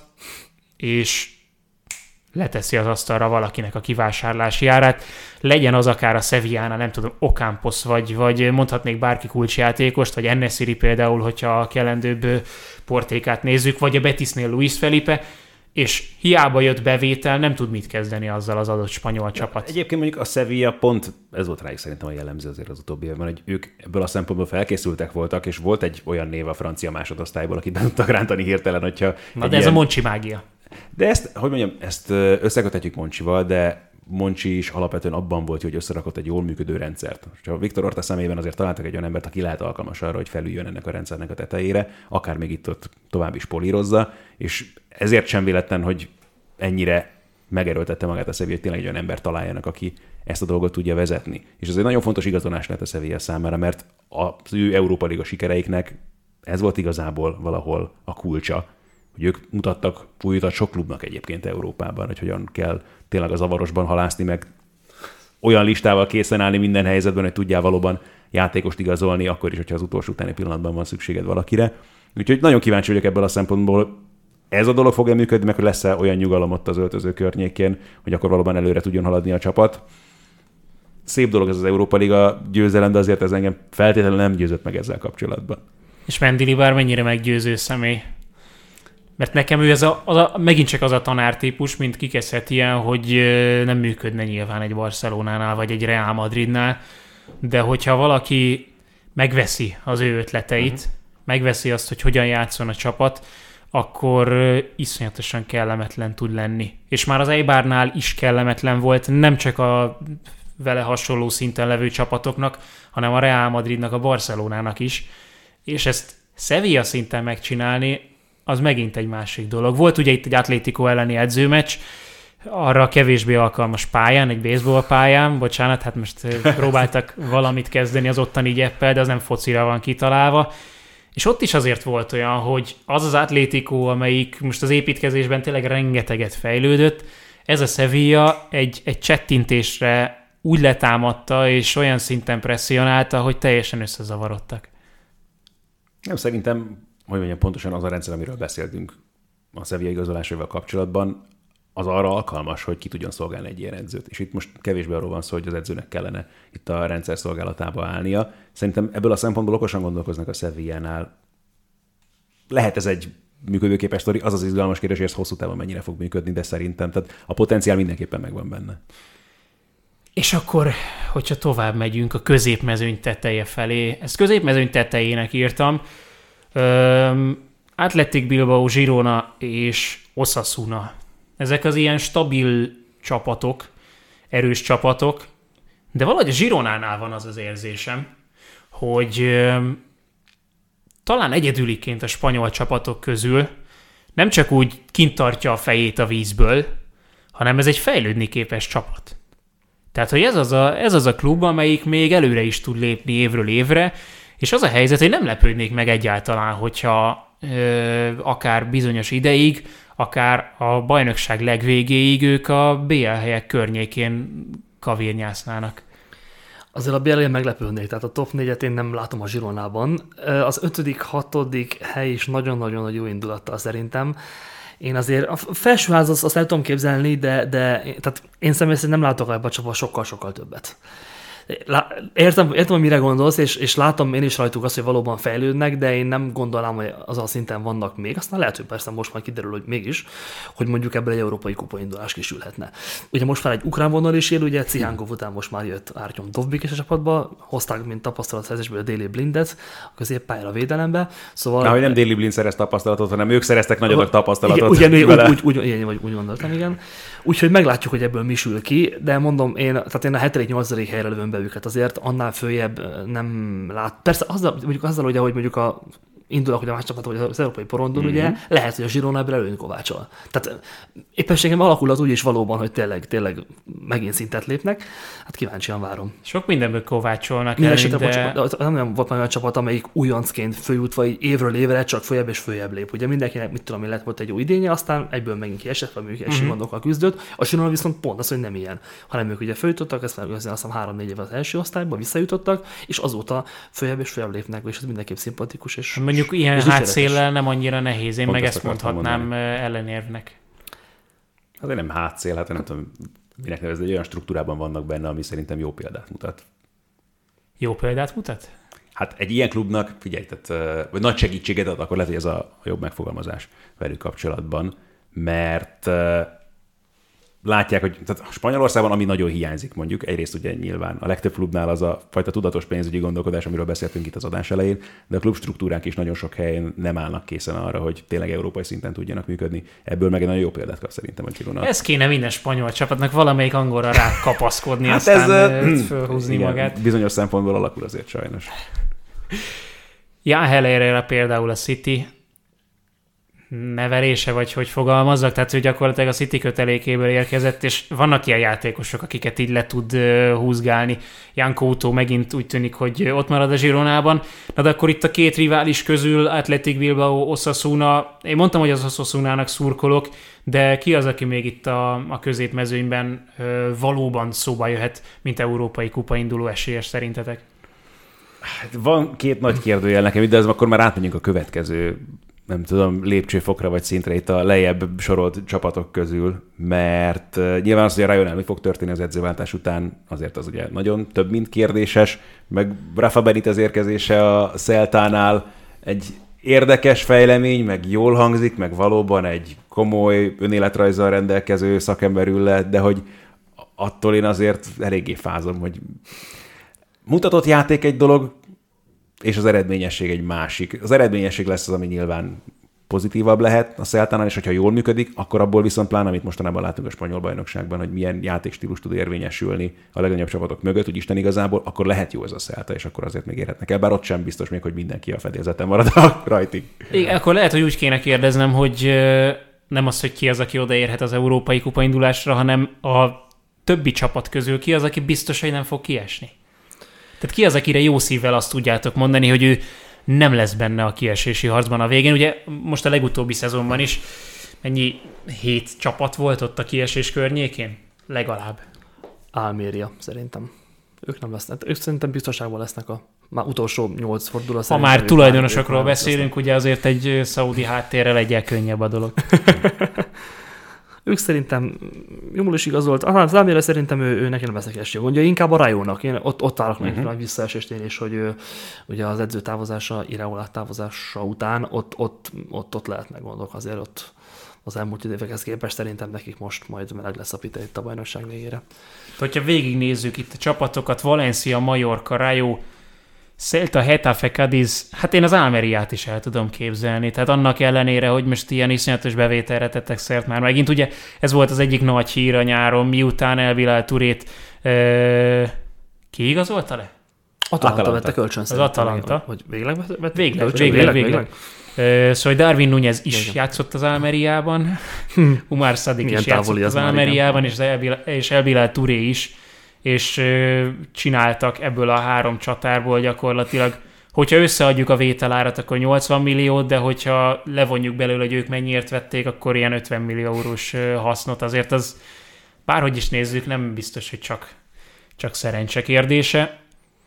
és leteszi az asztalra valakinek a kivásárlási árát. Legyen az akár a Sevillánál, nem tudom, Ocampos, vagy, vagy mondhatnék bárki kulcsjátékost, vagy En-Nesyri például, hogyha a kellendőbb portékát nézzük, vagy a Betisnél Luis Felipe, és hiába jött bevétel, nem tud mit kezdeni azzal az adott spanyol csapat. Egyébként mondjuk a Sevilla pont, ez volt rájuk szerintem a jellemző azért az utóbbi évben, hogy ők ebből a szempontból felkészültek voltak, és volt egy olyan név a francia másodosztályból, akit be tudtak rántani hirtelen, hogyha... Na de ez ilyen... a Monchi mágia. De ezt, hogy mondjam, ezt összekötetjük Monchival, de Monchi is alapvetően abban volt, hogy összerakott egy jól működő rendszert. Ha Viktor Orta személyében azért találtak egy olyan embert, aki lehet alkalmas arra, hogy felüljön ennek a rendszernek a tetejére, akár még itt ott tovább is polírozza, és ezért sem véletlen, hogy ennyire megerőltette magát a Sevilla, hogy tényleg egy olyan ember találjanak, aki ezt a dolgot tudja vezetni. És ez egy nagyon fontos igazolás lett a Sevilla számára, mert az ő Európa Liga sikereiknek ez volt igazából valahol a kulcsa, hogy ők mutattak új utat sok klubnak egyébként Európában, hogy hogyan kell tényleg a zavarosban halászni, meg olyan listával készen állni minden helyzetben, hogy tudjál valóban játékost igazolni, akkor is, hogyha az utolsó utáni pillanatban van szükséged valakire. Úgyhogy nagyon kíváncsi vagyok ebből a szempontból, ez a dolog fog-e működni, meg hogy lesz-e olyan nyugalom ott az öltöző környékén, hogy akkor valóban előre tudjon haladni a csapat. Szép dolog ez az Európa Liga győzelem, de azért ez engem feltétlenül nem győzött meg ezzel kapcsolatban. És Mendilibar mennyire meggyőző személy? Mert nekem ő ez a, az a, megint csak az a tanártípus, mint kikezdhet ilyen, hogy nem működne nyilván egy Barcelonánál, vagy egy Real Madridnál, de hogyha valaki megveszi az ő ötleteit, uh-huh. megveszi azt, hogy hogyan játszon a csapat, akkor iszonyatosan kellemetlen tud lenni. És már az Eibarnál is kellemetlen volt, nem csak a vele hasonló szinten levő csapatoknak, hanem a Real Madridnak, a Barcelonának is. És ezt Sevilla szinten megcsinálni, az megint egy másik dolog. Volt ugye itt egy Atlético elleni edzőmeccs, arra kevésbé alkalmas pályán, egy baseball pályán, bocsánat, hát most próbáltak valamit kezdeni az ottani gyeppel, de az nem focira van kitalálva. És ott is azért volt olyan, hogy az az Atlético, amelyik most az építkezésben tényleg rengeteget fejlődött, ez a Sevilla egy, egy csettintésre úgy letámadta, és olyan szinten presszionálta, hogy teljesen összezavarodtak. Nem, szerintem, hogy mondjam, pontosan az a rendszer, amiről beszéltünk a Sevilla igazolásaival kapcsolatban, az arra alkalmas, hogy ki tudjon szolgálni egy ilyen edzőt. És itt most kevésbé arról van szó, hogy az edzőnek kellene itt a rendszer szolgálatába állnia. Szerintem ebből a szempontból okosan gondolkoznak a Sevillánál. Lehet ez egy működőképes sztori, az az izgalmas kérdés, hogy ez hosszú távon mennyire fog működni, de szerintem tehát a potenciál mindenképpen megvan benne. És akkor, hogyha tovább megyünk a középmezőny teteje felé, ezt középmezőny tetejének írtam, Öm, Athletic Bilbao, Girona és Osasuna. Ezek az ilyen stabil csapatok, erős csapatok, de valahogy a Gironánál van az az érzésem, hogy öm, talán egyedüliként a spanyol csapatok közül nem csak úgy kint tartja a fejét a vízből, hanem ez egy fejlődni képes csapat. Tehát, hogy ez az a, ez az a klub, amelyik még előre is tud lépni évről évre, és az a helyzet, hogy nem lepődnék meg egyáltalán, hogyha ö, akár bizonyos ideig, akár a bajnokság legvégéig ők a bé el helyek környékén kavérnyásznának. Azért a bé el-en meglepődnék, tehát a top négyet én nem látom a Gironában. Az ötödik, hatodik hely is nagyon-nagyon nagy jó indulattal szerintem. Én azért a felsőház azt, azt el tudom képzelni, de, de tehát én személy szerint nem látok ebben a csapatban sokkal-sokkal többet. Értem, értem, hogy mire gondolsz, és, és látom én is rajtuk azt, hogy valóban fejlődnek, de én nem gondolom, hogy az a szinten vannak még. Aztán lehet, hogy persze most már kiderül, hogy mégis, hogy mondjuk ebből egy európai kupaindulás kisülhetne. Ugye most már egy ukrán vonal is él, ugye Cihánkov után most már jött Ártyom Dovbik is a csapatba, hozták, mint tapasztalatszerzésből a Déli Blindet a középpályára védelembe. Szóval... Na, hogy nem Déli Blind szerez tapasztalatot, hanem ők szereztek nagy adag tapasztalatot. Igen, úgy, úgy, úgy, úgy, úgy gondoltam, igen. Úgyhogy meglátjuk, hogy ebből mi sül ki, de mondom, én, tehát én a hetedik nyolcadik helyre lövöm be őket, azért annál följebb nem lát. Persze azzal, mondjuk azzal, ugye, hogy mondjuk a indulnak, hogy a más csapat, vagy az európai porondon, mm-hmm. ugye, lehet, hogy a Girona ebből előn kovácsol. Tehát éppenségem alakulat úgy is valóban, hogy tényleg, tényleg megint szintet lépnek. Hát kíváncsian várom. Sok mindenből kovácsolnak el, de... Nem, nem volt olyan csapat, amelyik újoncként főjutva így évről évre csak följebb és följebb lép. Ugye mindenkinek, mit tudom, lett volt egy jó idénye, aztán egyből megint kiesett, vagy mondjuk esély gondokkal küzdött. A Girona viszont pont az, hogy nem ilyen, hanem ők ugye följutottak, ezt már azt hiszem három-négy év az első osztályba visszajutottak, és azóta följebb és följebb lépnek, és ez mindenképp szimpatikus. És mondjuk ilyen hátszéllel nem annyira nehéz, én pont meg ezt mondhatnám mondani. Ellenérvnek. Azért nem hátszél, hát nem tudom, minek nevezni, egy olyan struktúrában vannak benne, ami szerintem jó példát mutat. Jó példát mutat? Hát egy ilyen klubnak, figyelj, tehát, vagy nagy segítséget ad, akkor lehet, hogy ez a jobb megfogalmazás velük kapcsolatban, mert látják, hogy tehát Spanyolországban, ami nagyon hiányzik mondjuk, egyrészt ugye nyilván a legtöbb klubnál az a fajta tudatos pénzügyi gondolkodás, amiről beszéltünk itt az adás elején, de a klubstruktúrák is nagyon sok helyen nem állnak készen arra, hogy tényleg európai szinten tudjanak működni. Ebből meg egy nagyon jó példát kap szerintem a Girona. Ez kéne minden spanyol csapatnak valamelyik angolra rákapaszkodni, hát aztán ez, fölhúzni igen, magát. Bizonyos szempontból alakul azért sajnos. Ja, Hellerre például a City nevelése, vagy hogy fogalmazzak, tehát hogy gyakorlatilag a City kötelékéből érkezett, és vannak ilyen játékosok, akiket így le tud uh, húzgálni. Jan Couto megint úgy tűnik, hogy ott marad a Gironában. Na de akkor itt a két rivális közül, Athletic Bilbao, Osasuna, én mondtam, hogy az Osasunának szurkolok, de ki az, aki még itt a, a középmezőnyben uh, valóban szóba jöhet, mint európai kupa induló esélyes szerintetek? Hát van két nagy kérdőjel nekem, de ez akkor már átmegyünk a következő, nem tudom, lépcsőfokra vagy szintre itt a lejjebb sorolt csapatok közül, mert uh, nyilván az, hogy a Rayonnál mi fog történni az edzőváltás után, azért az ugye nagyon több, mint kérdéses, meg Rafa Benitez érkezése a Celtánál egy érdekes fejlemény, meg jól hangzik, meg valóban egy komoly önéletrajzzal rendelkező szakember ül le, de hogy attól én azért eléggé fázom, hogy mutatott játék egy dolog, és az eredményesség egy másik. Az eredményesség lesz az, ami nyilván pozitívabb lehet a Celtánál, és hogyha jól működik, akkor abból viszont pláne, amit mostanában látunk a spanyol bajnokságban, hogy milyen játékstílus tud érvényesülni a legnagyobb csapatok mögött, úgy Isten igazából, akkor lehet jó ez a Celta, és akkor azért még érhetnek el, bár ott sem biztos még, hogy mindenki a fedélzeten marad a rajtig. Igen, akkor lehet, hogy úgy kéne kérdeznem, hogy nem az, hogy ki az, aki odaérhet az európai kupa indulásra, hanem a többi csapat közül ki az, aki biztos, hogy nem fog kiesni. Tehát ki az, akire jó szívvel azt tudjátok mondani, hogy ő nem lesz benne a kiesési harcban a végén. Ugye most a legutóbbi szezonban is mennyi hét csapat volt ott a kiesés környékén? Legalább. Almeria szerintem. Ők nem lesznek. Ők szerintem biztonságban lesznek a már utolsó nyolc forduló. Ha már tulajdonosokról beszélünk, ugye azért egy szaudi háttérrel egyel könnyebb a dolog. Ők szerintem jól is igazolt. Az Almeria szerintem ő, ő neki nem lesznek esélye gondja, inkább a Rajónak. Én ott, ott állok meg uh-huh. nagy visszaesést én is, hogy ő, ugye az edző távozása, Iraola távozása után ott, ott, ott, ott lehetnek gondok azért ott az elmúlt évekhez képest szerintem nekik most majd meleg lesz a pite itt a bajnokság végére. Hogyha végignézzük itt a csapatokat, Valencia, Mallorca, Rayo, Celta, Getafe, Cadiz, hát én az Almeriát is el tudom képzelni. Tehát annak ellenére, hogy most ilyen iszonyatos bevételre tettek szert már megint. Ugye ez volt az egyik nagy hír a nyáron, miután Elvilál Turét euh, ki igazolta le? Atalanta vette kölcsön. Az Atalanta. Hogy végleg vette? Végleg, végleg, végleg. végleg. végleg. Szóval Darwin Núñez is végleg. játszott az Almeriában, Umar Sadik Milyen is játszott az Almeriában, és, és Elvilál Turé is. És csináltak ebből a három csatárból gyakorlatilag, hogyha összeadjuk a vételárat, akkor nyolcvan milliót, de hogyha levonjuk belőle, hogy ők mennyiért vették, akkor ilyen ötven millió eurós hasznot. Azért az, bárhogy is nézzük, nem biztos, hogy csak, csak szerencse kérdése,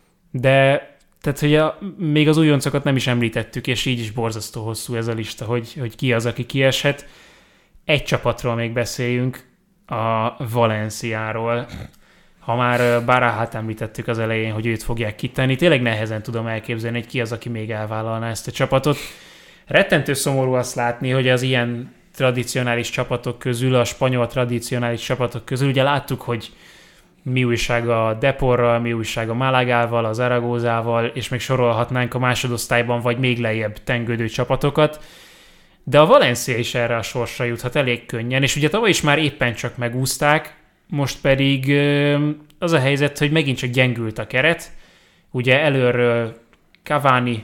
de tehát, hogy a, még az újoncokat nem is említettük, és így is borzasztó hosszú ez a lista, hogy, hogy ki az, aki kieshet. Egy csapatról még beszéljünk, a Valenciáról. Ha már Barahát említettük az elején, hogy őt fogják kitenni, tényleg nehezen tudom elképzelni, hogy ki az, aki még elvállalná ezt a csapatot. Rettentő szomorú azt látni, hogy az ilyen tradicionális csapatok közül, a spanyol tradicionális csapatok közül, ugye láttuk, hogy mi újság a Deporral, mi újság a Malagával, az Zaragozával, és még sorolhatnánk a másodosztályban vagy még lejjebb tengődő csapatokat, de a Valencia is erre a sorsra juthat elég könnyen, és ugye tavaly is már éppen csak megúzták, most pedig az a helyzet, hogy megint csak gyengült a keret. Ugye előről Cavani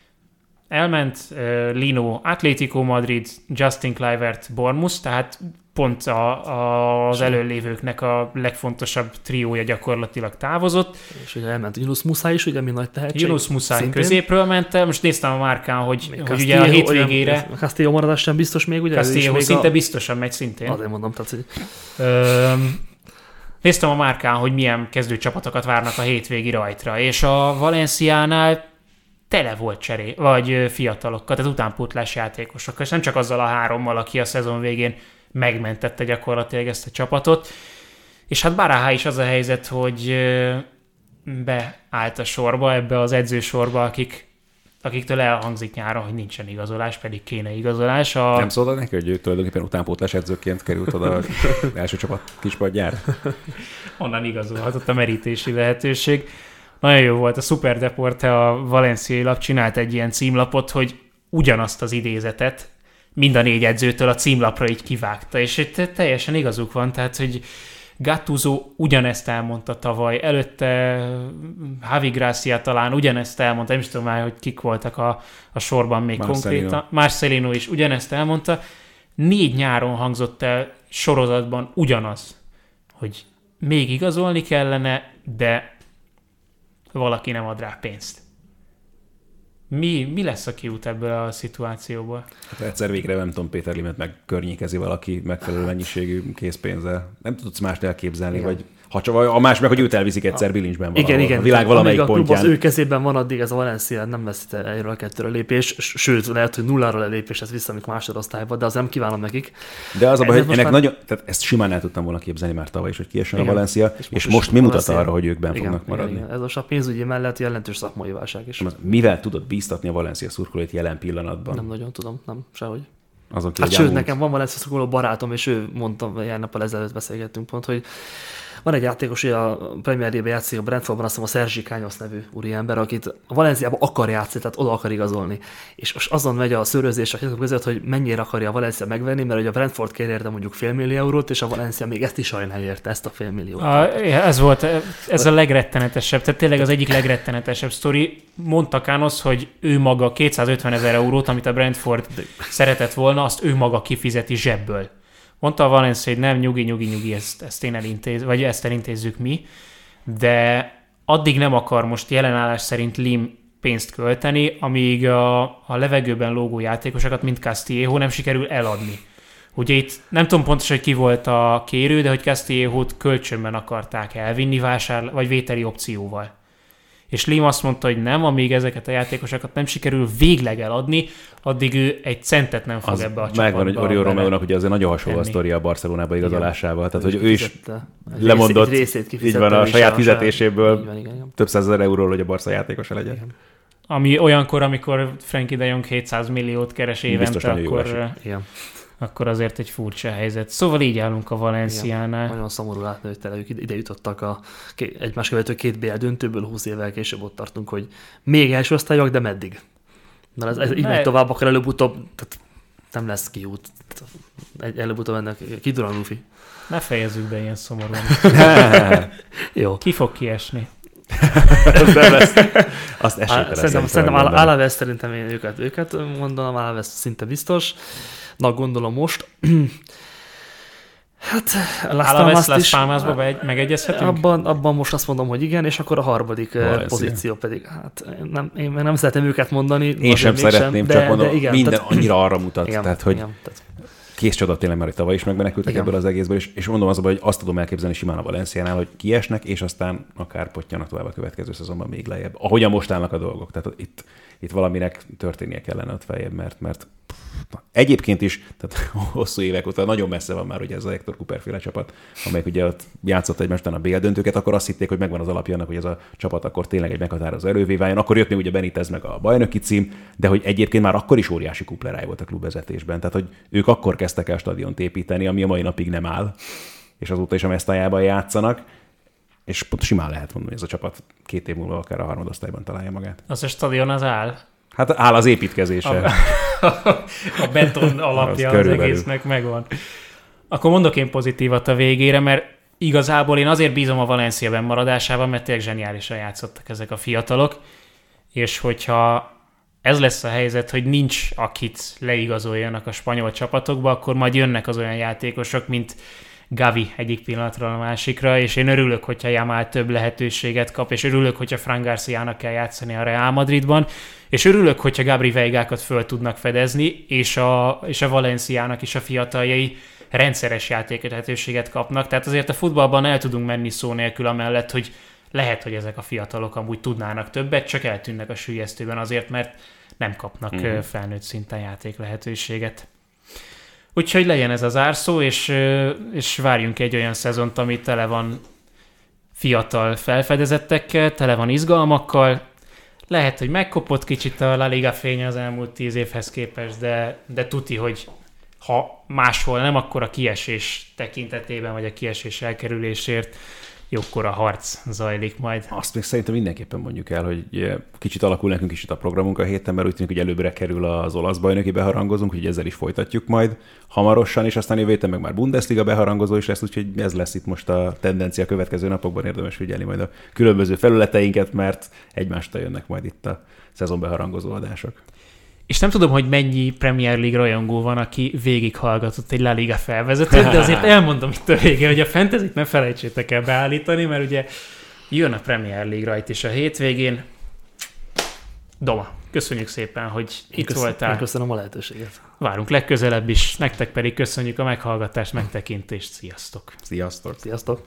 elment, Lino Atlético Madrid, Justin Kluivert Bournemouth, tehát pont a, a, az előlévőknek a legfontosabb triója gyakorlatilag távozott. És ugye elment Yunus Musa is, ugye mi nagy tehetség. Yunus Musa középről ment el, most néztem a márkán, hogy, hogy ugye a hétvégére... Castillo maradás sem biztos még, ugye? Castillo szinte a... biztosan megy szintén. Azért mondom, tehát, hogy... Öm, néztem a márkán, hogy milyen kezdőcsapatokat várnak a hétvégi rajtra, és a Valenciánál tele volt cseré, vagy fiatalokkal, tehát utánpótlás játékosokkal, és nem csak azzal a hárommal, aki a szezon végén megmentette gyakorlatilag ezt a csapatot. És hát Baraha is az a helyzet, hogy beállt a sorba, ebbe az edzősorba, akik, akiktől elhangzik nyáron, hogy nincsen igazolás, pedig kéne igazolás. A... Nem szóltad neki, hogy ő tulajdonképpen utánpótlás edzőként került oda az első csapat kispadjára? Onnan igazolhatott a merítési lehetőség. Nagyon jó volt, a Super Deporte, a valenciai lap csinált egy ilyen címlapot, hogy ugyanazt az idézetet mind a négy edzőtől a címlapra így kivágta, és itt teljesen igazuk van, tehát, hogy Gattuso ugyanezt elmondta tavaly, előtte Javi Gracia talán ugyanezt elmondta, nem is tudom már, hogy kik voltak a, a sorban még Marcelino. konkrétan. Marcelino is ugyanezt elmondta. Négy nyáron hangzott el sorozatban ugyanaz, hogy még igazolni kellene, de valaki nem ad rá pénzt. Mi, mi lesz a kiút ebből a szituációból? Hát egyszer végre nem tudom, Péter Limet megkörnyékezi valaki megfelelő mennyiségű készpénzzel. Nem tudsz mást elképzelni, igen. vagy ha csak a más meg, hogy őt elviszik egyszer bilincsben valahol. Igen, igen. A világ valamelyik Amíg a klub pontján. az ő kezében van, addig ez a Valencia nem veszít erről a kettőről lépés, sőt, lehet, hogy nulláról a lépés, ez visszamik másodosztályba, de az nem kívánom nekik. De az a baj, Ez hogy ennek már... nagyon, tehát ezt simán el tudtam volna képzelni már tavaly is, hogy kiessen a Igen. Valencia, és És most, most és most is mi mutat Valencia. arra, hogy ők benn Igen, fognak maradni? igen, igen. Ez most a pénzügyi mellett jelentős szakmai válság is. Mivel tudod bíztatni a Valencia szurkolóit jelen pillanatban? Nem nagyon tudom, nem, sehogy. Azon ki, Hát hogy sőt, elmúlt- nekem van Valencia szurkoló barátom, és ő mondta, ilyen nappal ezelőtt beszélgettünk pont, hogy van egy játékos, hogy a Premier League-ben játszik a Brentfordban, azt mondom, a Sergi Kányos nevű úriember, akit a Valenciában akar játszani, tehát oda akar igazolni. És most azon megy a szőrözés a hírok között, hogy mennyire akarja a Valencia megvenni, mert hogy a Brentford kér érte mondjuk félmillió eurót, és a Valencia még ezt is sajnálja érte, ezt a félmilliót. A, ez volt, ez a legrettenetesebb, tehát tényleg az egyik legrettenetesebb sztori. Mondta Kánosz, hogy ő maga kétszázötven ezer eurót, amit a Brentford szeretett volna, azt ő maga kifizeti zsebből. Mondta a Valencia, hogy nem, nyugi, nyugi, nyugi, ezt, ezt én elintéz, vagy ezt elintézzük mi, de addig nem akar most jelenállás szerint Lim pénzt költeni, amíg a, a levegőben lógó játékosokat, mint Castillejo nem sikerül eladni. Ugye itt nem tudom pontosan, hogy ki volt a kérő, de hogy Castillejót kölcsönben akarták elvinni vásárl- vagy vételi opcióval. És Lim azt mondta, hogy nem, amíg ezeket a játékosokat nem sikerül végleg eladni, addig ő egy centet nem fog Az ebbe a csapatba. megvan, hogy Oriol bele Romeónak ugye azért nagyon hasonló a tenni. sztoria a Barcelonába igazolásával. Tehát, hogy ő is Kifizette. Egy lemondott, részét- részét így kifizette van, a ő is saját a fizetéséből Így van, igen, igen. több százezer euróról, hogy a Barca játékosa legyen. Igen. Ami olyankor, amikor Frenkie de Jong hétszáz milliót keres Biztos évente, nagyon jól akkor, esik. Igen. akkor azért egy furcsa helyzet. Szóval így állunk a Valenciánál. Nagyon szomorú látni, hogy tele ők ide jutottak a ké- egymás követő két bé el döntőből, húsz évvel később ott tartunk, hogy még első osztályok, de meddig? Mert ez, ez így Ne- megy tovább, akkor előbb-utóbb tehát nem lesz kiút. Egy, előbb-utóbb ennek kidul a lufi. Ne fejezzük be ilyen szomorúan. Jó. Ki fog kiesni? Nem lesz. Azt esélytelen Á, Szerintem, szerintem benne. Al- Alaves szerintem én őket, őket mondanám, Alaves szinte biztos. Na, gondolom most. Hát, Las Alaves Palmas Las is. Palmasba be- megegyezhetünk? Abban, abban most azt mondom, hogy igen, és akkor a harmadik eh, Valencia. pozíció pedig, hát én nem, én meg nem szeretem őket mondani. Én azért sem mégsem, szeretném, de, csak mondom, de igen, minden tehát, annyira arra mutat. igen, Tehát, hogy igen, tehát, kész csoda tényleg már, hogy tavaly is megmenekültek Igen. ebből az egészből, és, és mondom az a baj, hogy azt tudom elképzelni simán a Valenciánál, hogy kiesnek, és aztán akár pottyanak tovább a következő szezonban még lejjebb. Ahogyan most állnak a dolgok. Tehát itt, itt valaminek történnie kellene ott feljebb, mert, mert pff, na, egyébként is, tehát hosszú évek óta nagyon messze van már ugye ez a Hector Cooper féle csapat, amelyik ugye ott játszott egymástan a bé el döntőket, akkor azt hitték, hogy megvan az alapja annak, hogy ez a csapat akkor tényleg egy meghatározó erővé váljon. Akkor jött még ugye Benitez meg a bajnoki cím, de hogy egyébként már akkor is óriási kupleráj volt a klubvezetésben. Tehát, hogy ők akkor kezdtek el stadiont építeni, ami a mai napig nem áll, és azóta is a Mestallában játszanak, és pont simán lehet mondani, hogy ez a csapat két év múlva akár a harmadosztályban találja magát. Az a stadion az áll. Hát áll az építkezése. A, a beton alapja Az az, körülbelül. egésznek megvan. Akkor mondok én pozitívat a végére, mert igazából én azért bízom a Valencia bennmaradásában, mert tényleg zseniálisan játszottak ezek a fiatalok, és hogyha ez lesz a helyzet, hogy nincs akit leigazoljanak a spanyol csapatokba, akkor majd jönnek az olyan játékosok, mint Gavi egyik pillanatra a másikra, és én örülök, hogyha Yamal több lehetőséget kap, és örülök, hogyha Fran Garciának kell játszani a Real Madridban, és örülök, hogyha Gabri Veigákat föl tudnak fedezni, és a, és a Valenciának is a fiataljai rendszeres játéklehetőséget kapnak. Tehát azért a futballban el tudunk menni szó nélkül amellett, hogy lehet, hogy ezek a fiatalok amúgy tudnának többet, csak eltűnnek a süllyesztőben azért, mert nem kapnak Mhm. mm. felnőtt szinten játéklehetőséget. Úgyhogy legyen ez az árszó, és, és várjunk egy olyan szezont, ami tele van fiatal felfedezettekkel, tele van izgalmakkal. Lehet, hogy megkopott kicsit a La Liga fénye az elmúlt tíz évhez képest, de, de tuti, hogy ha máshol nem, akkor a kiesés tekintetében, vagy a kiesés elkerülésért jókkora harc zajlik majd. Azt még szerintem mindenképpen mondjuk el, hogy kicsit alakul nekünk is itt a programunk a héten, mert úgy tűnik, hogy előbbre kerül az olasz bajnoki beharangozunk, úgyhogy ezzel is folytatjuk majd hamarosan, és aztán jövő héten meg már Bundesliga beharangozó is lesz, úgyhogy ez lesz itt most a tendencia a következő napokban, érdemes figyelni majd a különböző felületeinket, mert egymástól jönnek majd itt a szezon beharangozó adások. És nem tudom, hogy mennyi Premier League rajongó van, aki végighallgatott egy La Liga felvezetőt, de azért elmondom itt a vége, hogy a fantasyt ne felejtsétek el beállítani, mert ugye jön a Premier League rajt is a hétvégén. Doma, köszönjük szépen, hogy itt Köszön, voltál. Én köszönöm a lehetőséget. Várunk legközelebb is, nektek pedig köszönjük a meghallgatást, megtekintést. Sziasztok! Sziasztok! Sziasztok!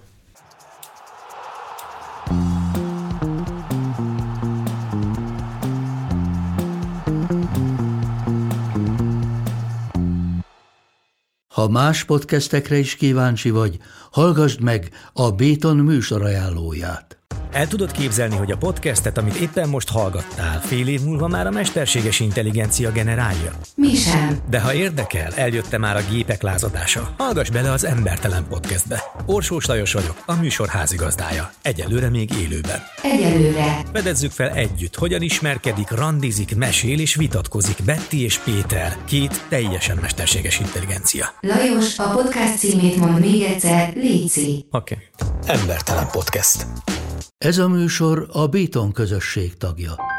Ha más podcastekre is kíváncsi vagy, hallgassd meg a Béton műsor ajánlóját. El tudod képzelni, hogy a podcastet, amit éppen most hallgattál, fél év múlva már a mesterséges intelligencia generálja? Mi sem. De ha érdekel, eljött már a gépek lázadása. Hallgass bele az Embertelen Podcastbe. Orsós Lajos vagyok, a műsor házigazdája. Egyelőre még élőben. Egyelőre. Fedezzük fel együtt, hogyan ismerkedik, randizik, mesél és vitatkozik Betty és Péter, két teljesen mesterséges intelligencia. Lajos, a podcast címét mond még egyszer, léci. Oké. Okay. Embertelen Podcast. Ez a műsor a Béton közösség tagja.